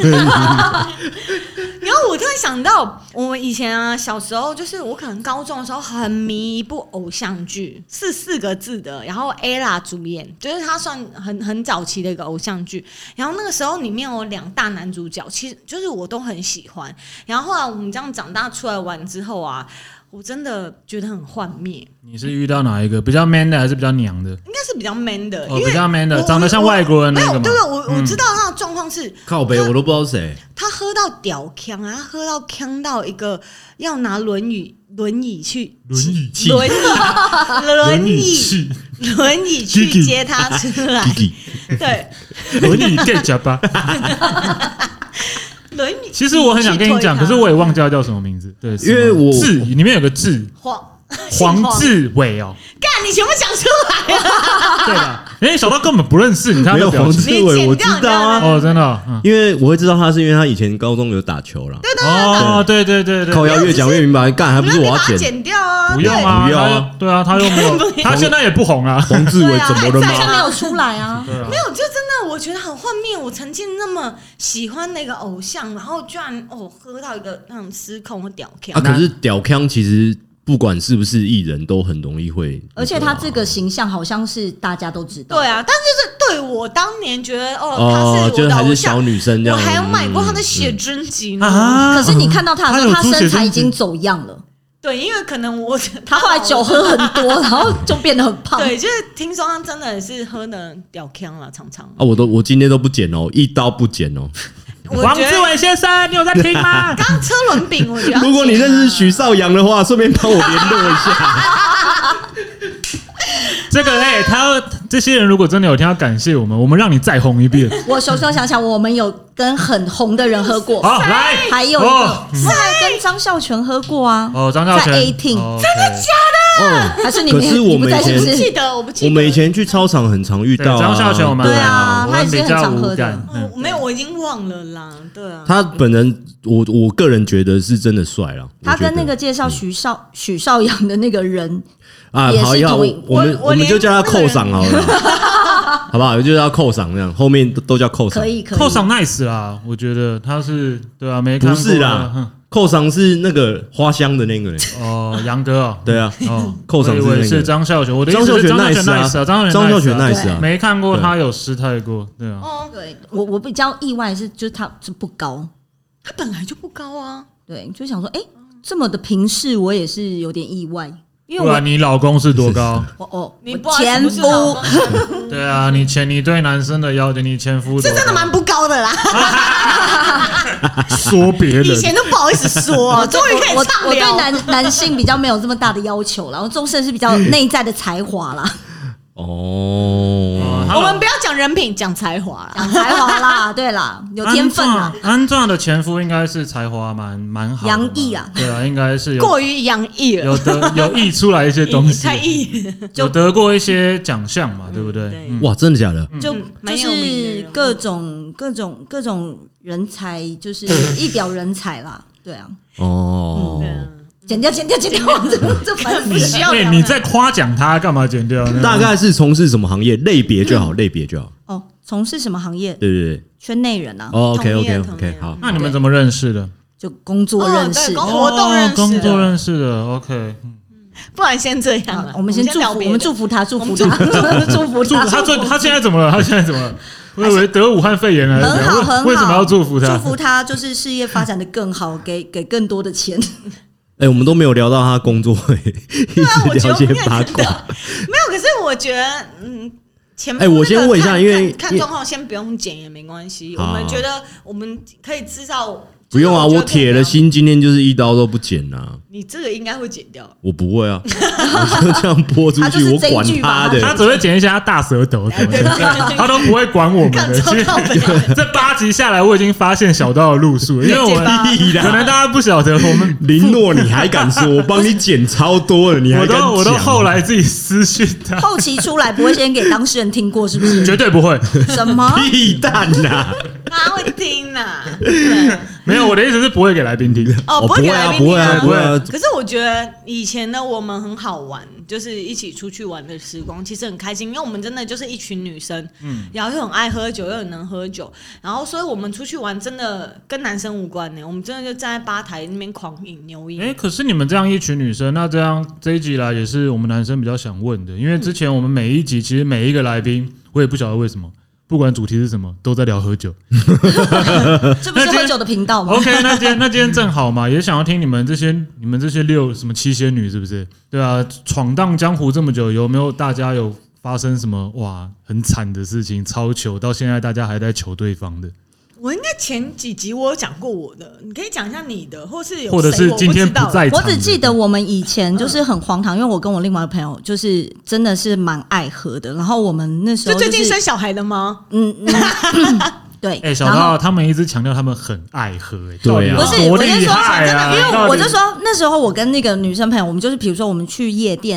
然后我突然想到，我们以前啊，小时候就是我可能高中的时候很迷一部偶像剧，是四个字的，然后 ella 主演，就是他算很很早期的一个偶像剧。然后那个时候里面有两大男主角，其实就是我都很喜欢。然后后来我们这样长大出来玩之后啊，我真的觉得很幻灭。 你是遇到哪一个比较 man 的，还是比较娘的？ 应该是比较 man 的， 哦，比较 man 的，长得像外国人那个吗？ 对对，我我知道他的状况是靠北，我都不知道谁。 他喝到屌呛啊，他喝到呛到一个要拿轮椅轮椅去轮椅器轮椅轮椅轮椅去接他出来，对， 轮椅 get 假吧。 轮椅， 其实我很想跟你讲，可是我也忘记他叫什么名字。对， 因为我志里面有个志黄黄志伟哦， 干你全部讲出来了， 对吧？ 哎，小道根本不认识，你看他没有的表情黄志伟，我知道啊， 哦，真的哦，嗯因为我会知道他是因为他以前高中有打球啦。 哦，对对对对， 靠腰越讲越明白，干还不是我要你把它剪？ 剪掉啊！ 不用啊， 不要啊他又对啊，他又没有，他现在也不红啊。 黄志伟怎么了吗？ 他没有出来啊。 对啊没有，就真的我觉得很幻灭。我曾经那么喜欢那个偶像，然后居然哦喝到一个那种失控和屌啊， 腔。 可是屌腔其实不管是不是艺人，都很容易会。 而且他这个形象好像是大家都知道。 对啊，但是就是对我当年觉得哦， 哦， 他是就是还是我的偶像小，女生这样。 我还有买过他的嗯写真集呢。 啊可是你看到他的时候，他他有出写真集身材已经走样了。 对，因为可能我他后来酒喝很多，然后就变得很胖。 对，就是听说他真的是喝的屌腔了，常常。 啊，我都我今天都不剪哦，一刀不剪哦。 黄我觉得志伟先生，你有在听吗？ 刚刚车轮饼，我觉得如果你认识许绍洋的话，顺便帮我联络一下。 这个哎，他这些人如果真的有听，要感谢我们，我们让你再红一遍。 我手手想想，我们有跟很红的人喝过， 好，来， 还有一个哦是还跟张孝全喝过啊。 哦，张孝全在 eighteen 真的假哦， 还是你没可是我你不在是们以前不是？ 记得，我不记得。 我们以前去操场很常遇到啊张孝全，我们对啊我他也是们比较很常喝的无感。 哦嗯没有，我已经忘了啦。对啊， 他本人，我我个人觉得是真的帅了。 他跟那个我觉介绍许绍许绍洋的那个人， 得啊， 也是好要同一我们我我们就叫他扣连赏好了，好不好？就叫他扣赏这样，后面都都叫扣赏可。以可以。 扣上 nice 啦，我觉得他是对啊，没看不过是啦嗯， 扣赏是那个花香的那个人。 哦，杨哥哦， 对啊， 哦， 扣赏是那个我以为是张孝全，我的意张孝全思是张孝 nice 啊， nice 啊，张孝全张孝全 nice nice 啊， 没看过他有失态过，对啊， 哦， 对我我比较意外是，就是他是不高， 他本来就不高啊。 对，就想说，哎，这么的平视，我也是有点意外，因为我不然你老公是多高？ 我哦， 你我不好意思不是前夫老公对啊，你前你对男生的要求，你前夫是真的蛮不高的啦。 说别人以前都不好意思说，终于可以我畅聊。 我对男男性比较没有这么大的要求，然后重视的是比较内在的才华啦， 哦， 我们不要讲人品，讲才华啦。 讲才华啦，对啦，有天分啦。 安壮的前夫应该是才华蛮蛮好的嘛， 洋溢啊对啊，应该是有过于洋溢了， 有得有溢出来一些东西， 太溢。 有得过一些奖项嘛，对不对？ 对嗯哇，真的假的？ 就嗯就蛮有名的是人物各种各种各种人才，就是一表人才啦，对啊， 哦， 剪掉剪掉剪掉，这这烦死不需了。 要聊了哎你在夸奖他干嘛剪掉呢？ 大概是从事什么行业？类别就好，类别就好。 哦，从事什么行业？ 对对对。 圈内人啊， 哦，OK 同 OK 业同 OK， 业好。 那你们怎么认识的？ 就工作认识哦对。工活动认识的哦工作认识的。OK， 不然先这样了。 我们先祝福， 聊别的我们祝福他，祝福我们他，祝福他。 祝他最他现在怎么了？他现在怎么了？我以为得武汉肺炎了， 很好，很好。 为什么要祝福他？ 祝福他就是事业发展的更好，给给更多的钱。 哎，我们都没有聊到他工作，一啊我觉得直聊些八我们卦。 没有，可是我觉得，嗯，前哎我先问一下看因为看看状况，先不用剪也没关系。我好们觉得我们可以知道， 不用啊， 就是我觉得可以聊铁了，心，今天就是一刀都不剪啊。 你这个应该会剪掉。 我不会啊，我就这样播出去， 他就是我管这一句吧他的。 他只会剪一下他大舌头什么的，他都不会管我们的。 看其实超靠北这八集下来，我已经发现小刀的路数了，因为我们屁啦可能大家不晓得，我们林诺，你还敢说？我帮你剪超多了，你还我敢讲？ 都我都后来自己私讯他， 后期出来不会先给当事人听过，是不是？ 绝对不会。 什么？ 屁蛋呐！ 他会听呐。对没有，我的意思是不会给来宾听。 哦， 哦不会给来宾听不会啊，不会啊。 可是我觉得以前的我们很好玩，就是一起出去玩的时光，其实很开心，因为我们真的就是一群女生，嗯，然后又很爱喝酒，又很能喝酒，然后所以我们出去玩真的跟男生无关呢，我们真的就站在吧台那边狂饮牛饮。 哎、可是你们这样一群女生，那这样这一集来也是我们男生比较想问的，因为之前我们每一集其实每一个来宾，我也不晓得为什么，不管主题是什么，都在聊喝酒。 这不是喝酒的频道吗？ OK，那今天那今天正好嘛，也想要听你们这些你们这些六什么七仙女是不是？对啊，闯荡江湖这么久，有没有大家有发生什么哇很惨的事情，超糗到现在大家还在求对方的？ 我应该前几集我有讲过我的，你可以讲一下你的，或是有或者是今天不在场的？ 我只记得我们以前就是很荒唐，因为我跟我另外一个朋友就是真的是蛮爱喝的，然后我们那时候、 就就是、 最近生小孩了吗？ 嗯嗯对， 哎、小然后道他们一直强调他们很爱喝、欸， 对啊到底不是，我就有多厉说真害啊！ 的，因为到底我就说那时候我跟那个女生朋友，我们就是比如说我们去夜店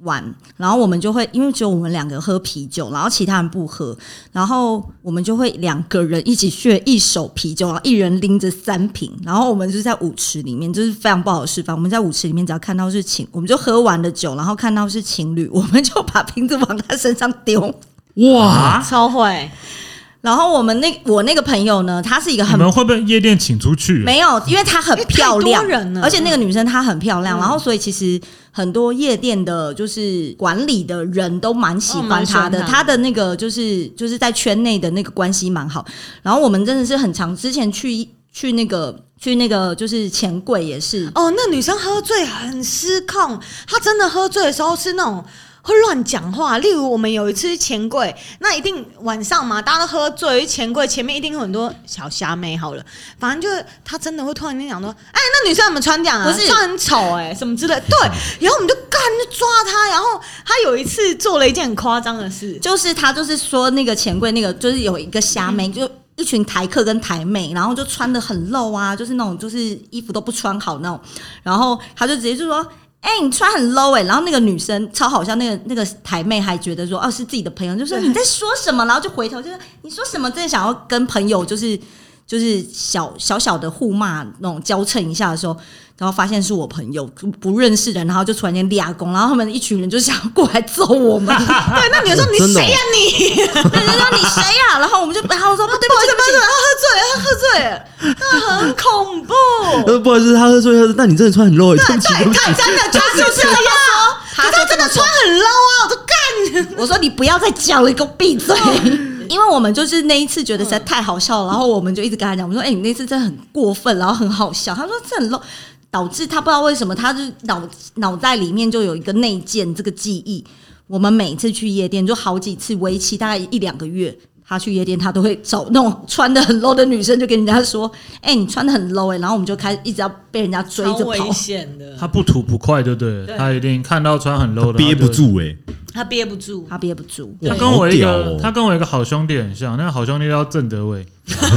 玩，然后我们就会因为只有我们两个喝啤酒，然后其他人不喝，然后我们就会两个人一起血一手啤酒，然后一人拎着三瓶，然后我们就是在舞池里面，就是非常不好的示范。我们在舞池里面只要看到是情，我们就喝完了酒，然后看到是情侣，我们就把瓶子往他身上丢。 哇， 超会。 然后我们那我那个朋友呢，她是一个很你们会被夜店请出去？ 没有，因为她很漂亮， 太多人了而且那个女生她很漂亮， 嗯然后所以其实很多夜店的，就是管理的人都蛮喜欢她的， 哦蛮喜欢她她的那个就是就是在圈内的那个关系蛮好。然后我们真的是很常之前去去那个去那个就是钱柜也是， 哦，那女生喝醉很失控，她真的喝醉的时候是那种会乱讲话。例如我们有一次去钱柜，那一定晚上嘛，大家都喝醉，去钱柜前面一定有很多小虾妹好了，反正就是她真的会突然间讲说，哎，那女生怎么穿这样啊？ 不是穿很丑哎、欸，什么之类。对，然后我们就干就抓她，然后她有一次做了一件很夸张的事， 就是她就是说那个钱柜那个就是有一个虾妹就。一群台客跟台妹，然后就穿得很露啊，就是那种就是衣服都不穿好那种，然后他就直接就说：“哎、欸，你穿很 low 哎、欸！”然后那个女生超好笑，那个那个台妹还觉得说：“哦，是自己的朋友。”就说你在说什么，然后就回头就是你说什么，真的想要跟朋友就是就是小小小的互骂那种交衬一下的时候。然后发现是我朋友不认识的人，然后就突然间俩公，然后他们一群人就想要过来揍我们。 对，那你就说你谁呀、啊、你？ 对，就说你谁呀、啊？然后我们就然后说不对不起不起，他喝醉了，他喝醉了，那很恐怖。 呃，不好意思，他喝醉了，但你真的穿很 low，对不起，对不起， 他真的就是这样说，可他真的穿很 low 啊，我都干。 我说你不要再讲了，你给我闭嘴。因为我们就是那一次觉得实在太好笑了，然后我们就一直跟他讲，我们说：“哎、欸，你那次真的很过分，然后很好笑。”他说：“这很 low。”导致他不知道为什么，他就脑脑袋里面就有一个内建这个记忆。我们每次去夜店，就好几次，为期大概一两个月，他去夜店，他都会找那种穿得很 low 的女生，就跟人家说：“哎、欸，你穿得很 low 哎、欸。”然后我们就开始一直要被人家追着跑， 超危险的。 他不吐不快，就对了， 对他一定看到穿很 low 的憋不住哎、欸， 他憋不住， 他憋不住。 他跟我一个， 哦、 他跟我一个好兄弟很像，那个好兄弟叫郑德伟。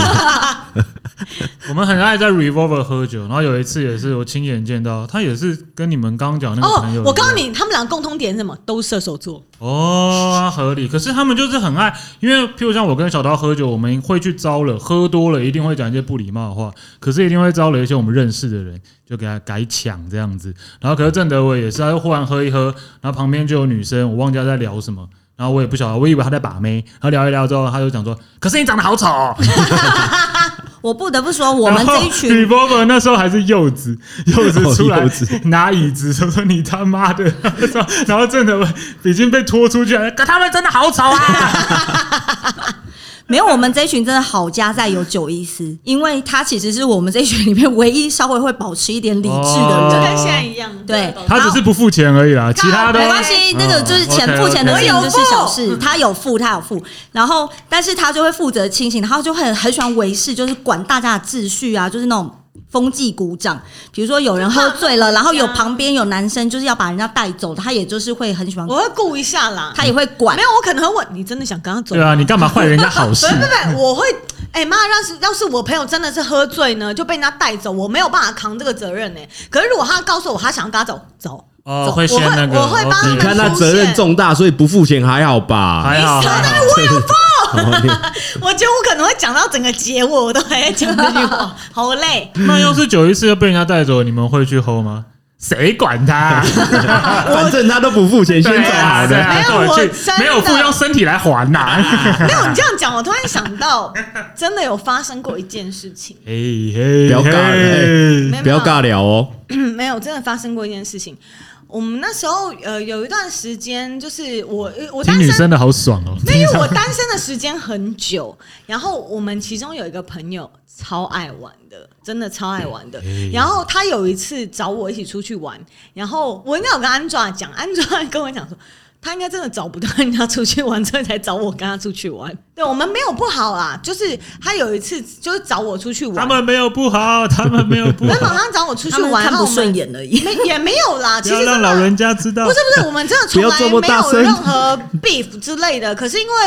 我们很爱在 Revolver 喝酒，然后有一次也是我亲眼见到，他也是跟你们刚刚讲那个朋友、 哦。我告诉你，他们俩共通点是什么？都是射手座。 哦，合理。可是他们就是很爱，因为譬如像我跟小刀喝酒，我们会去招了，喝多了一定会讲一些不礼貌的话，可是一定会招了一些我们认识的人，就给他改抢这样子。然后可是郑德伟也是，他就忽然喝一喝，然后旁边就有女生，我忘记他在聊什么。然后我也不晓得，我以为他在把妹，然后聊一聊之后，他就讲说：“可是你长得好丑、哦。” 我不得不说，我们这一群 Revolver 那时候还是柚子，柚子出来柚子拿椅子，说说你他妈的，然后真的已经被拖出去了，可他们真的好吵啊！ 没有，我们这一群真的好家在有九一四，因为他其实是我们这一群里面唯一稍微会保持一点理智的人， 就跟现在一样。 对， 他只是不付钱而已啦，其他都没关系，那个就是钱付钱的事情就是小事，他有付，他有付，然后但是他就会负责清醒，然后就很很喜欢维持，就是管大家的秩序啊，就是那种。风纪鼓掌，比如说有人喝醉了，然后有旁边有男生就是要把人家带走，他也就是会很喜欢， 我会顾一下啦， 他也会管。 没有，我可能会问你，真的想跟他走？ 对啊，你干嘛坏人家好事？ 不不不，我会，哎、欸、妈，要是要是我朋友真的是喝醉呢，就被人家带走，我没有办法扛这个责任呢、欸。可是如果他告诉我他想要跟他走，走。 哦，会先那个， 我会帮他们你看他责任重大，所以不付钱还好吧？ 还好， 还好我有付。我觉得我可能会讲到整个结尾，我都还在讲这句话，好累。 那要是九一四又被人家带走，你们会去 hold 吗？谁管他？ 反正他都不付钱，先走好的。 没有，我去没有付，用身体来还呐、啊。 没有，你这样讲，我突然想到，真的有发生过一件事情。 嘿嘿， 不要尬聊，不要尬聊哦。 没有，真的发生过一件事情。我们那时候呃有一段时间，就是我我单身， 听女生的好爽哦。 因为我单身的时间很久，然后我们其中有一个朋友超爱玩的，真的超爱玩的。然后他有一次找我一起出去玩，然后我应该有跟安抓讲，安抓跟我讲说。他应该真的找不到人家出去玩，所以才找我跟他出去玩。对，我们没有不好啦，就是他有一次就是找我出去玩， 他们没有不好，他们没有不好， 没有他找我出去玩， 看不顺眼而已， 没也没有啦。其实不要让老人家知道， 不是不是，我们真的从来没有任何 beef 之类的。可是因为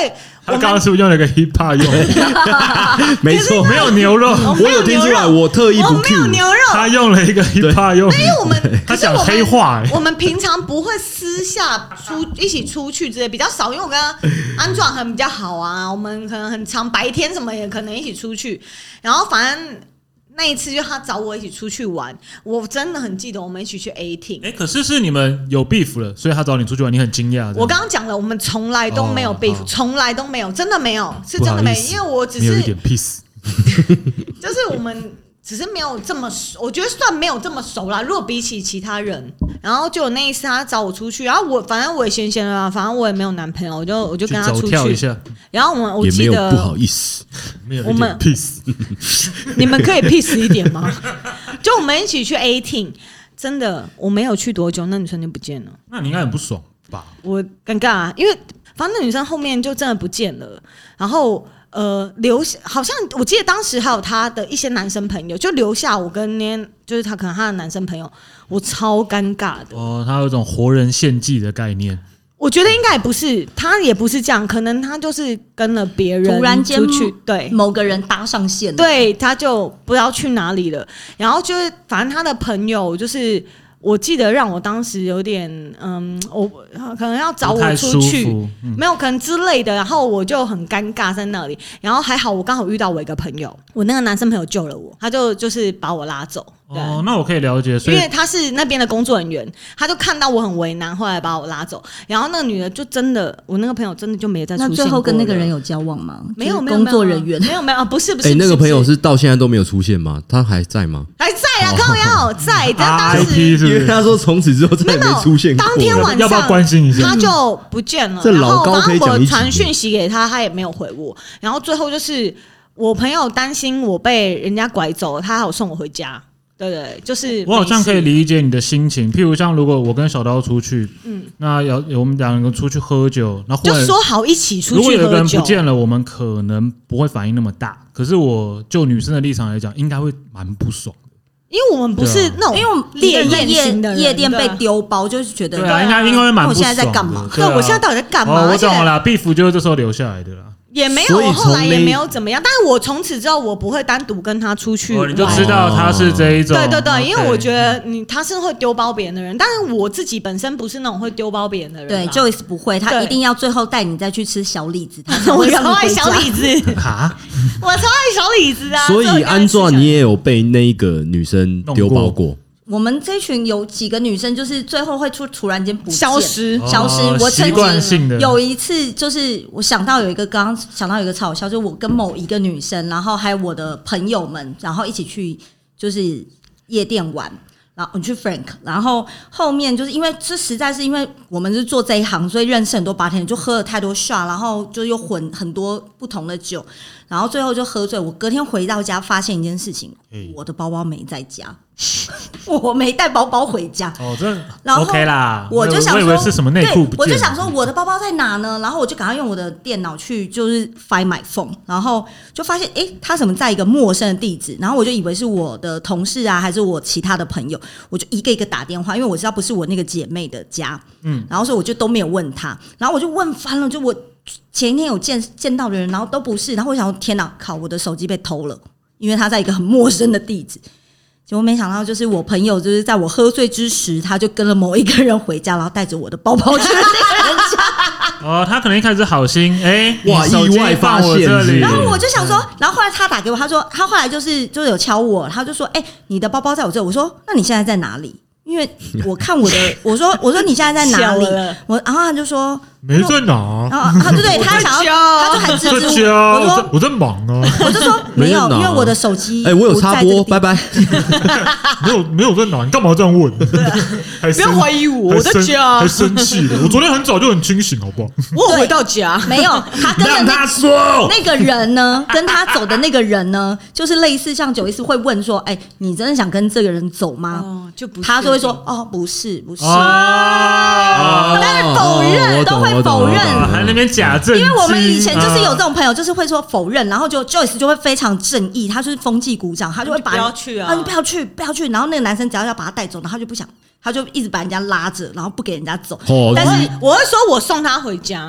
他刚刚是不是用了一个 hip hop 用？ 没错， 没有牛肉， 我有听出来，我特意不我没有 Q。 牛肉， 他用了一个 hip hop 用， 因为我们他讲黑话、欸， 我们平常不会私下出一起出去之类，比较少，因为我跟安壮很比较好啊，我们可能很常白天什么也可能一起出去，然后反正。那一次就他找我一起出去玩，我真的很记得我们一起去 eighteen。 哎、欸，可是是你们有 beef 了，所以他找你出去玩，你很惊讶。 我刚刚讲了，我们从来都没有 beef，从、哦、来都没有，真的没有，是真的没有，因为我只是有一点 peace， 就是我们只是没有这么熟，我觉得算没有这么熟啦。如果比起其他人，然后就有那一次他找我出去，然后我反正我也闲闲的，反正我也没有男朋友，我就我就跟他出去跳一下。 然后我们我记得也没有不好意思， 没有一点 peace， 你们可以 peace 一点吗？就我们一起去 eighteen， 真的我没有去多久，那女生就不见了。 那你应该很不爽吧？ 我尴尬啊，因为反正那女生后面就真的不见了，然后。呃，留下好像我记得当时还有他的一些男生朋友，就留下我跟那就是他可能他的男生朋友，我超尴尬的。 哦，他有一种活人献祭的概念。 我觉得应该也不是，他也不是这样，可能他就是跟了别人突然间出去，对某个人搭上线了， 对，他就不知道去哪里了。然后就是反正他的朋友就是。我记得让我当时有点，嗯，我可能要找我出去，嗯、没有可能之类的，然后我就很尴尬在那里。然后还好我刚好遇到我一个朋友，我那个男生朋友救了我，他就就是把我拉走。 哦，那我可以了解，所以因为他是那边的工作人员，他就看到我很为难，后来把我拉走。然后那个女的就真的，我那个朋友真的就没再出现过。 那最后跟那个人有交往吗？ 没有，没有工作人员没有没有，不是不是。 哎、欸，那个朋友是到现在都没有出现吗？他还在吗？ 还在啊，靠腰在。但当时因为他说从此之后再也没出现过了。 当天晚上要不要关心一下？ 他就不见了。 这老高可以讲一集。 然后我传讯息给他，他也没有回我。然后最后就是我朋友担心我被人家拐走，他还有送我回家。对对，就是我好像可以理解你的心情。譬如像如果我跟小刀出去，嗯，那有我们两个出去喝酒，那就说好一起出去喝酒。 如果有个人不见了，我们可能不会反应那么大。可是我就女生的立场来讲，应该会蛮不爽的， 因为我们不是那种因为我们烈焰型的人， 夜店被丢包，就是觉得对啊，应该应该会蛮不爽的。 我现在在干嘛？ 对，我现在到底在干嘛？ 哦，我懂了啦，beef就是这时候留下来的啦。 也没有，我后来也没有怎么样。但是我从此之后，我不会单独跟他出去、哦。 你就知道他是这一种。 对对对， okay. 因为我觉得你他是会丢包别人的人，但是我自己本身不是那种会丢包别人的人。 对 ，Joyce 不会，他一定要最后带你再去吃小李子，他才我会让超爱小李子啊！ 我超爱小李子啊！ 所以安壮，你也有被那一个女生丢包过？ 我们这群有几个女生，就是最后会突突然间不见消失， 消失。 哦、 我曾经有一次，就是我想到有一个，刚刚想到有一个超好笑，就是我跟某一个女生，然后还有我的朋友们，然后一起去就是夜店玩。然后我去 Frank， 然后后面就是因为这实在是因为我们是做这一行，所以认识很多bartender，就喝了太多 shot， 然后就又混很多不同的酒，然后最后就喝醉。我隔天回到家发现一件事情，我的包包没在家，我没带包包回家。 哦，这然后 OK 啦， 我就想说， 我以为是什么内裤不见了， 我就想说我的包包在哪呢？然后我就赶快用我的电脑去就是 find my phone， 然后就发现哎，他怎么在一个陌生的地址？然后我就以为是我的同事啊，还是我其他的朋友。我就一个一个打电话，因为我知道不是我那个姐妹的家，嗯，然后所以我就都没有问他，然后我就问翻了，就我前一天有见见到的人，然后都不是，然后我想说天哪，靠，我的手机被偷了，因为他在一个很陌生的地址。结果没想到，就是我朋友，就是在我喝醉之时，他就跟了某一个人回家，然后带着我的包包去那个人家。 哦，他可能一开始好心，哎、欸， 哇，意外发现这里。 然后我就想说，然后后来他打给我，他说他后来就是就是有敲我，他就说，哎、欸，你的包包在我这。我说，那你现在在哪里？因为我看我的，我说我说你现在在哪里？我然后他就说没在哪， 然后他就对他想要，他就很支持我。我说我在忙啊， 我就说没有，因为我的手机， 哎，我有插播，拜拜。 没有没有在哪，你干嘛这样问？ 不要怀疑我，我在家， 还生气了。我昨天很早就很清醒，好不好？ 我回到家， 没有他跟让他说那个人呢，跟他走的那个人呢，就是类似像九一四会问说，哎，你真的想跟这个人走吗？ 哦，就不， 他就会说，哦，不是，不是， 哦， 但是否认，都会否认， 还那边假正， 因为我们以前就是有这种朋友，就是会说否认，然后就 Joyce 就会非常正义，他就是风纪鼓掌，他就会把不要去啊， 他就不要去，不要去，然后那个男生只要要把他带走，然后他就不想。他就一直把人家拉着，然后不给人家走。 哦、但是我会说，我送他回家。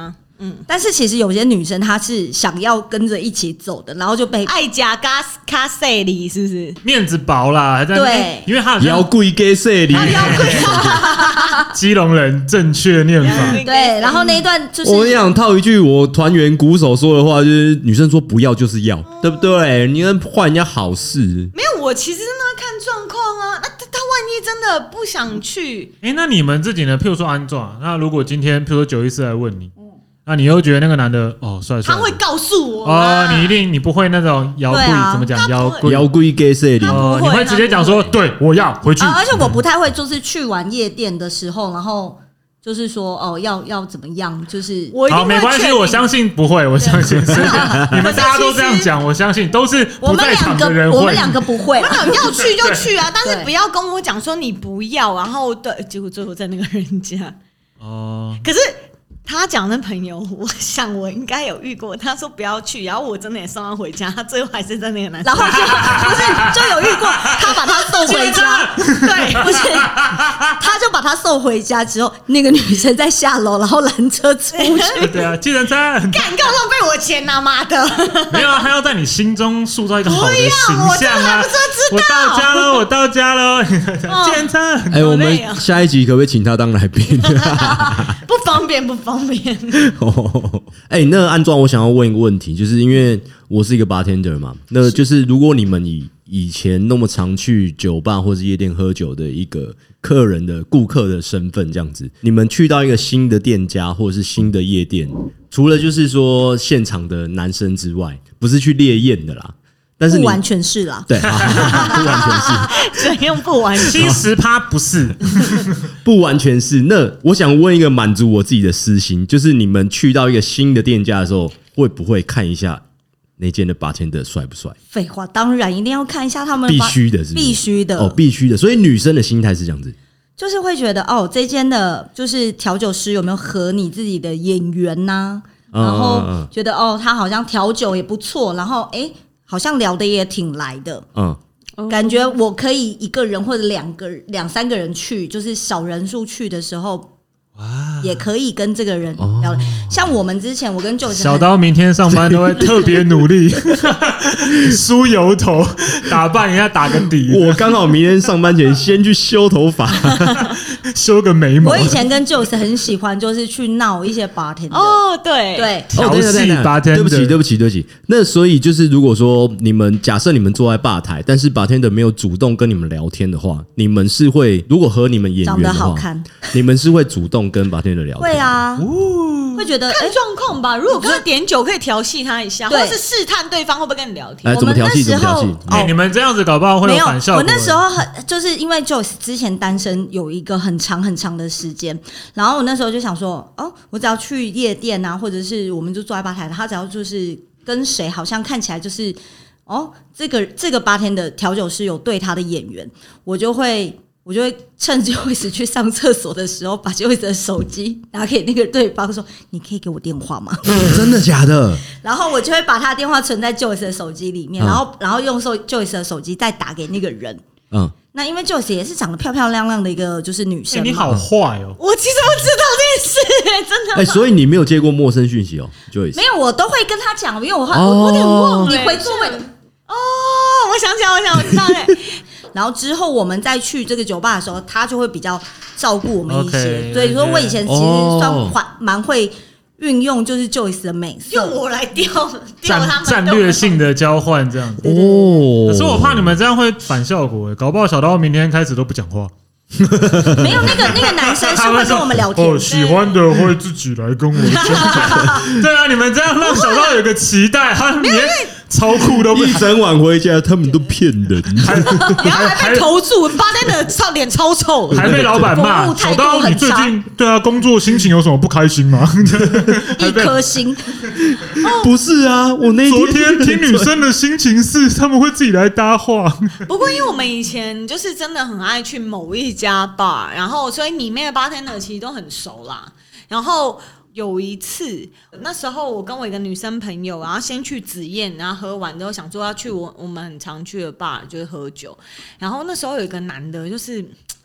嗯，但是其实有些女生她是想要跟着一起走的，然后就被爱加卡卡塞里是不是？ 面子薄啦，还在对， 因为他好像腰贵给谁哩？ 基隆人正确念法， 对，然后那一段就是我跟你讲，套一句我团员鼓手说的话，就是女生说不要就是要，对不对？你能换人家好事。 没有，我其实真的会看状况啊。那他他万一真的不想去， 哎、欸，那你们自己呢？譬如说安壮，那如果今天譬如说九一四来问你，那你又觉得那个男的哦帅帅， 他会告诉我哦，你一定你不会那种摇柜、啊、怎么讲摇柜摇柜给谁哩？ 哦，你会直接讲说对我要回去、 啊，而且我不太会，就是去完夜店的时候，然后就是说哦要要怎么样，就是我好没关系，我相信不会，我相信是你们大家都这样讲，我相信都是不在场的人会， 我们两个不会， 我们俩要去就去啊，但是不要跟我讲说你不要，然后对，结果最后在那个人家哦， 可是。他讲的朋友，我想我应该有遇过。他说不要去，然后我真的也送他回家，他最后还是在那个男生， 然后就不是就有遇过，他把他送回家，对，不是，他就把他送回家之后，那个女生在下楼，然后拦车出去。 对啊，计程车， 干干浪费我钱啊妈的！ 没有啊，他要在你心中塑造一个好的形象啊！ 我我到家了，我到家了，计程车。 哎、欸，我们下一集可不可以请他当来宾？ 不方便，不方便。 哦，哎，那安装，我想要问一个问题，就是因为我是一个 bartender 嘛，那就是如果你们以以前那么常去酒吧或是夜店喝酒的一个客人的顾客的身份这样子，你们去到一个新的店家或者是新的夜店，除了就是说现场的男生之外，不是去猎艳的啦。但是不完全是啦， 对，不完全是， 怎样不完全？ 七十趴不是， 不完全是。那我想问一个满足我自己的私心，就是你们去到一个新的店家的时候，会不会看一下那间的bartender帅不帅？ 废话，当然一定要看一下他们， 必须的是不是， 必须的哦，必须的。所以女生的心态是这样子。 就是会觉得哦，这间的就是调酒师有没有合你自己的眼缘呐、啊？然后觉得哦，他好像调酒也不错，然后哎。好像聊的也挺来的，嗯，感觉我可以一个人或者两个两三个人去，就是小人数去的时候，也可以跟这个人聊。哦、像我们之前，我跟舅小刀明天上班都会特别努力梳油头，打扮一下，打个底。 我刚好明天上班前先去修头发， 修个眉毛。 我以前跟舅很喜欢，就是去闹一些 bartender。 哦，对对， 调戏 bartender。对不起，对不起，对不起。那所以就是，如果说你们假设你们坐在吧台，但是 bartender 没有主动跟你们聊天的话，你们是会如果和你们眼缘的话， 长得好看， 你们是会主动跟 bartender 聊天？ 会啊，哦、会觉得看状况吧。如果跟他点酒，可以调戏他一下，或者是试探对方会不会跟你聊天。 哎，怎么调戏？怎么调戏？ 哦，你们这样子搞不好会有反效果。 我那时候很就是因为 Joyce 之前单身有一个很长很长的时间，然后我那时候就想说，哦，我只要去夜店啊，或者是我们就坐在吧台，他只要就是跟谁好像看起来就是哦，这个这个八天的调酒师有对他的眼缘，我就会。我就会趁 Joyce 去上厕所的时候，把 Joyce 的手机拿给那个对方说：“你可以给我电话吗？” 真的假的？ 然后我就会把他的电话存在 Joyce 的手机里面，嗯、然后然后用 Joyce 的手机再打给那个人。嗯，那因为 Joyce 也是长得漂漂亮亮的一个就是女生、欸。 你好坏哦！ 我其实不知道这件事，真的。 哎、欸，所以你没有接过陌生讯息哦 ，Joyce？ 没有，我都会跟他讲，因为我、 哦、 我有点忘了。你回座位哦，我想起来，我想我知道嘞。 然后之后我们再去这个酒吧的时候，他就会比较照顾我们一些。 Okay, 所以说我以前其实算蛮会运用，就是 Joyce 的美色， 用我来钓钓他们战略性的交换这样子。 哦， 可是我怕你们这样会反效果，搞不好小刀明天开始都不讲话。 没有，那个那个男生是会跟我们聊天， 哦，喜欢的会自己来跟我讲。对啊，你们这样让小刀有个期待，他明天超酷都不一整晚回家，他们都骗人， 还然后还被投诉，八天的超脸超臭， 还被老板骂。小刀，你最近对啊工作心情有什么不开心吗？ 一颗星， 不是啊，我那昨天听女生的心情是他们会自己来搭话。 不过因为我们以前就是真的很爱去某一家 bar， 然后所以里面的 bartender 其实都很熟啦，然后。有一次，那时候我跟我一个女生朋友，然后先去紫燕，然后喝完之后想说要去我我们很常去的 bar，就是喝酒。然后那时候有一个男的，就是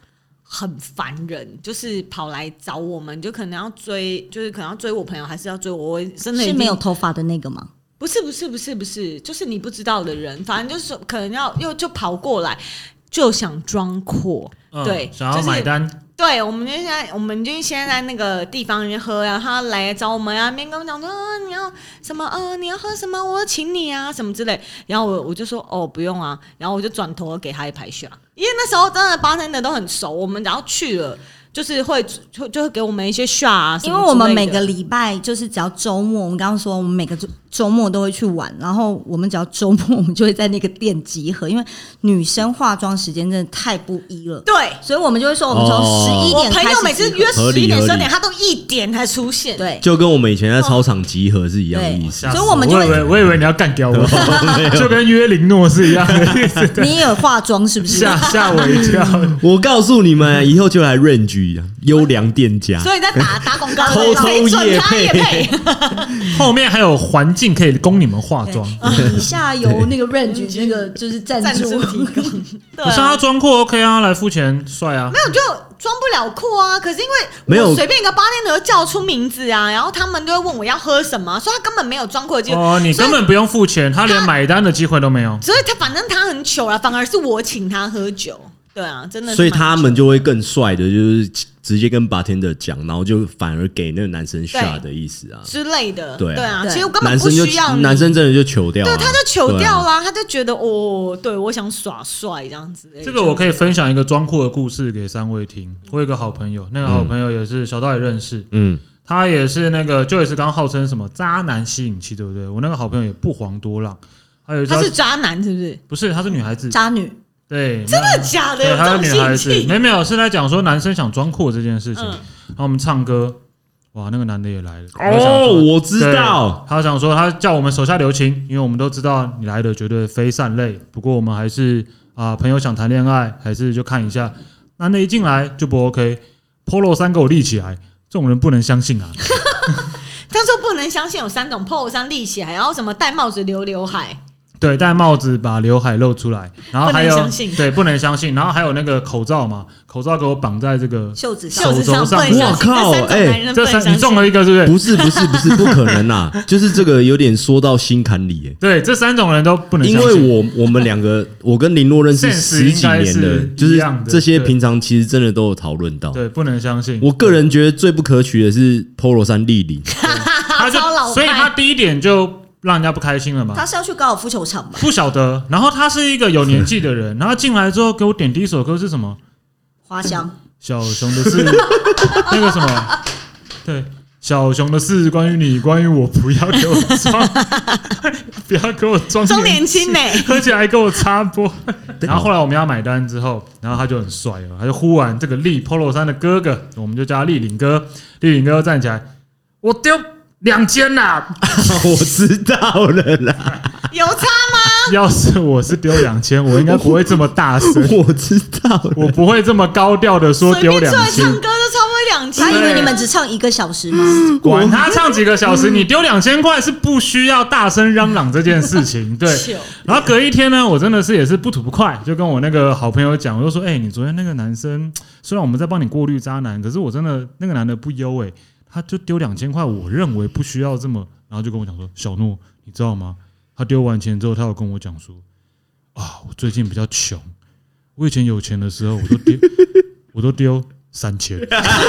很烦人，就是跑来找我们，就可能要追，就是可能要追我朋友，还是要追我，我真的是没有头发的那个吗？ 不是不是不是不是，就是你不知道的人，反正就是可能要又就跑过来，就想装阔， 嗯、 对， 想要买单。 就是对，我们就现在，我们就现在在那个地方里面喝啊，他来找我们啊，边跟我们讲说，哦，你要什么？呃，你要喝什么？我请你啊，什么之类。然后我我就说，哦，不用啊。然后我就转头给他一排shot，因为那时候真的bartender都很熟，我们只要去了，就是会就就会给我们一些shot啊什么之类的。 因为我们每个礼拜就是只要周末，我们刚刚说我们每个周末都会去玩，然后我们只要周末我们就会在那个店集合，因为女生化妆时间真的太不一了。 对， 所以我们就会说我们从十一点开始集合。 我朋友每次约十一点、十二点， 合理合理他都一点才出现。 对， 就跟我们以前在操场集合是一样的意思。 所以我们就会我以为我以为你要干掉我，就跟约林诺是一样的意思。 你也有化妆是不是？ 吓吓我一跳！ 我告诉你们，以后就来 range 优良店家， 所以在打打广告， 偷偷谁准业配他也配。 后面还有环境可以供你们化妆。 以下由那个 range 那个就是赞赞助助提供，对可是啊， 他装酷 OK 啊，来付钱帅啊。 没有就装不了酷啊。可是因没有为我随便一个bartender叫出名字啊，然后他们就会问我要喝什么，所以他根本没有装酷的机会。 哦，你根本不用付钱，他连买单的机会都没有。 所以他反正他很糗啊，反而是我请他喝酒。对啊，真的是蛮糗。 所以他们就会更帅的，就是直接跟 bartender 讲，然后就反而给那个男生 shot 的意思啊之类的。 对啊对啊， 对其实我根本男生就不需要你男生真的就糗掉了， 对，他就糗掉对啊。 啦，他就觉得哦，对我想耍帅这样子。 这个我可以分享一个装酷的故事给三位听。我有一个好朋友，那个好朋友也是小道也认识， 嗯， 他也是那个就也是刚号称什么渣男吸引器，对不对？我那个好朋友也不遑多让，还有一他是渣男是不是？ 不是她是女孩子， 渣女， 对， 真的假的？ 对，她有这种是女孩子， 心情？ 没没有是在讲说男生想装酷这件事情。 嗯然后我们唱歌，哇，那个男的也来了。我想哦， 说我知道， 对他想说他叫我们手下留情，因为我们都知道你来的绝对非善类。不过我们还是啊、朋友想谈恋爱，还是就看一下。男的一进来就不 OK，Polo 衫给我立起来，这种人不能相信啊。 他说不能相信有三种 pose 衫立起来，然后什么戴帽子留刘海。 对，戴帽子把刘海露出来，然后还有不能相信对不能相信，然后还有那个口罩嘛，口罩给我绑在这个袖子上袖子上手肘上不能相信哇靠这三种男人不这能相信三你中了一个是不是？ 不是不是不是不可能啦，就是这个有点说到心坎里耶。 对，这三种人都不能因相信。 为我我们两个，我跟林诺认识 Sense 十几年应该是了，就是一样的这些对平常其实真的都有讨论到。 对不能相信。 我个人觉得最不可取的是 Polo 衫立领， 他就超老派所以他第一点就让人家不开心了嘛。 他是要去高尔夫球场吧？ 不晓得，然后他是一个有年纪的人，然后进来之后给我点第一首歌是什么？ 花香， 小熊的事，那个什么，对，小熊的事，关于你，关于我，不要给我装，不要给我装装年轻呢、 而且还给我插播。然后后来我们要买单之后，然后他就很帅了，他就呼完这个立 Polo 衫的哥哥，我们就叫他立领哥。立领哥站起来，我丢两千啦！ 我知道了啦， 有差吗？ 要是我是丢两千，我应该不会这么大声， 我知道了。 我不会这么高调的说随丢两千便出来唱。歌就差不多两千。 他以为你们只唱一个小时吗？ 管他唱几个小时，你丢两千块是不需要大声嚷嚷这件事情。对， 糗然后隔一天呢，我真的是也是不吐不快，就跟我那个好朋友讲，我就说，哎、你昨天那个男生，虽然我们在帮你过滤渣男，可是我真的那个男的不优哎、他就丢两千块，我认为不需要这么，然后就跟我讲说，小诺，你知道吗？他丢完钱之后，他有跟我讲说，啊，我最近比较穷，我以前有钱的时候，我都丢，我都丢三千。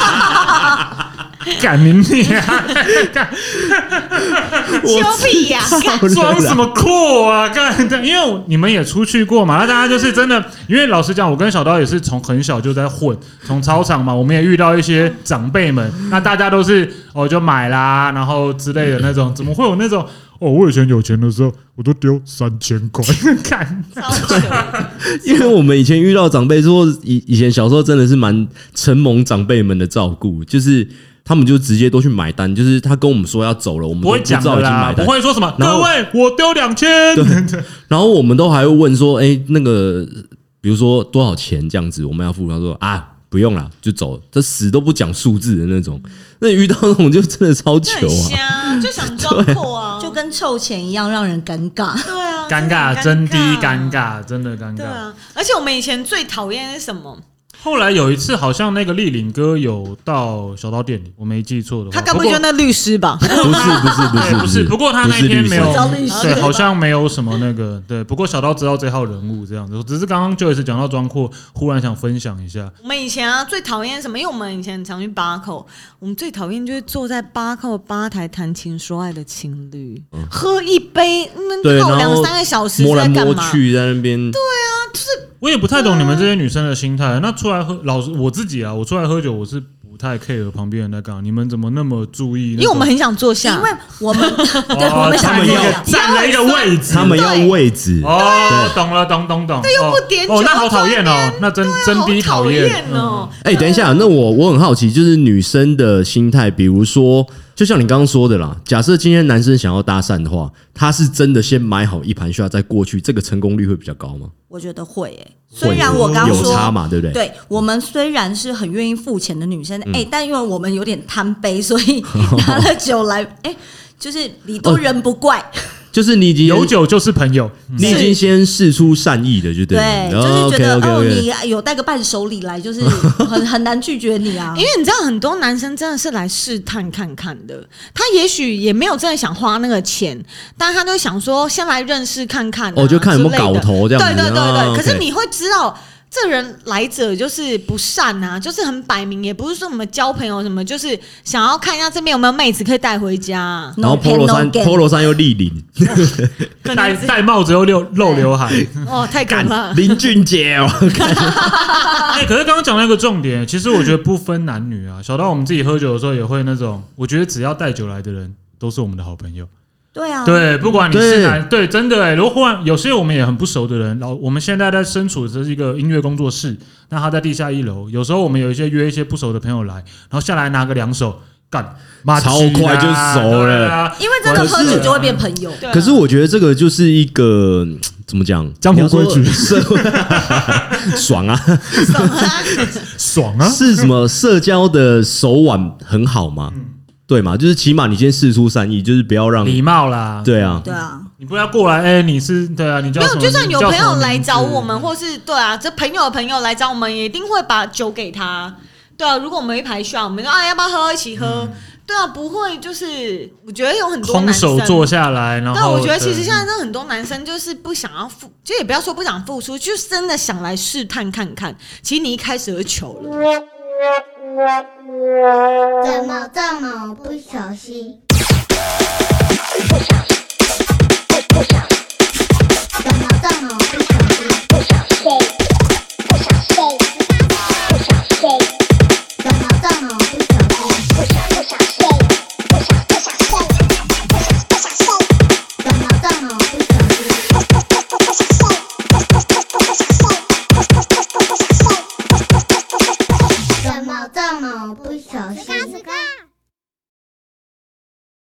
干你娘！干丘比呀，干装什么酷啊！干，因为你们也出去过嘛，那大家就是真的。因为老实讲，我跟小刀也是从很小就在混，从操场嘛，我们也遇到一些长辈们，那大家都是哦就买啦，然后之类的那种，怎么会有那种哦？我以前有钱的时候，我都丢三千块，干。 超糗。 因为我们以前遇到长辈说，以以前小时候真的是蛮承蒙长辈们的照顾，就是他们就直接都去买单，就是他跟我们说要走了，我们不会都不知讲的啦， 道已经买单， 不会说什么。 然后各位，我丢两千。 然后我们都还会问说，哎、那个比如说多少钱这样子，我们要付，他说啊不用啦，就走，这死都不讲数字的那种。那遇到那种就真的超就很糗啊！ 香，就想装破啊， 就跟凑钱一样，让人尴尬。 对啊， 尴尬， 真真的很低尴。尬，真的尴尬。 对啊，而且我们以前最讨厌的是什么？ 后来有一次，好像那个立领哥有到小刀店里，我没记错的话， 他该不会就是那律师吧？ 不是不是不是不是，不过他那天没有找律师， 对，好像没有什么那个，对。不过小刀知道这号人物这样子，只是刚刚 Joyce 讲到装阔，忽然想分享一下。 我们以前啊最讨厌什么？因为我们以前常去巴扣，我们最讨厌就是坐在巴扣吧台谈情说爱的情侣，嗯、喝一杯， 对， 泡两三个小时摸来摸在干嘛？ 去在那边。 对啊，就是我也不太懂你们这些女生的心态。那出来喝，老实我自己啊，我出来喝酒，我是不太 care 旁边人在干嘛。你们怎么那么注意？ 因为我们很想坐下， 因为我们对哦、 我们想要占了一个位置， 他们要位置。 哦，懂了，懂懂懂。 对，又不点酒， 哦，那好讨厌哦，那真真逼讨厌哦。 哎、等一下，那我我很好奇，就是女生的心态，比如说。就像你刚刚说的啦，假设今天男生想要搭讪的话，他是真的先买好一盘下再过去，这个成功率会比较高吗？ 我觉得会诶、欸，虽然我刚说有差嘛，对不对？ 对，我们虽然是很愿意付钱的女生，哎、嗯欸，但因为我们有点贪杯，所以拿了酒来，哎、欸，就是礼多人不怪。哦就是你已经有酒就是朋友， 你已经先释出善意的，就对， 对，就是觉得 okay, okay, okay. 哦，你有带个伴手礼来，就是很很难拒绝你啊。 因为你知道，很多男生真的是来试探看看的，他也许也没有真的想花那个钱，但他就想说先来认识看看、啊， 哦，就看有没有搞头这样子。 对对对对， 哦、 可是你会知道。这人来者就是不善啊，就是很摆明，也不是说我们交朋友什么，就是想要看一下这边有没有妹子可以带回家、啊。 然后 polo 衫 polo 衫又立领， 戴戴帽子又露露刘海， 哦，太敢了， 林俊杰哦。 哎、欸，可是刚刚讲那个重点，其实我觉得不分男女啊。小到我们自己喝酒的时候也会那种，我觉得只要带酒来的人都是我们的好朋友。 对啊， 对，不管你是男，对，真的哎。如果忽然有些我们也很不熟的人，然后我们现在在身处的是一个音乐工作室，那他在地下一楼，有时候我们有一些约一些不熟的朋友来，然后下来拿个两手干， 超快就熟了， 啊、 因为真的喝酒就会变朋友。 啊、 可是我觉得这个就是一个怎么讲， 江湖规矩， 爽啊， 爽啊， 爽啊， 是什么社交的手腕很好吗？嗯对嘛，就是起码你先释出善意，就是不要让礼貌啦。 对啊， 对啊， 你不要过来，哎、欸，你是对啊，你叫没有，就算有朋友来找我们， 嗯、 或是对啊，这朋友的朋友来找我们，也一定会把酒给他。对啊，如果我们一排下，我们说啊，要不要喝一起喝？嗯、对啊，不会，就是我觉得有很多空手坐下来，然后。 但我觉得其实现在真的很多男生就是不想要付，就也不要说不想付出，就是真的想来试探看看。其实你一开始就求了。 怎么这么不小心？怎么这么不小心？不小心，不小心，不小心，怎么这么不小心？不小不小心，不小不小心，不小不小心，怎么这么不小心？不不不不不小心，不不不不不小心，不不不不不小心，不不不不不小心，怎么这么不小心？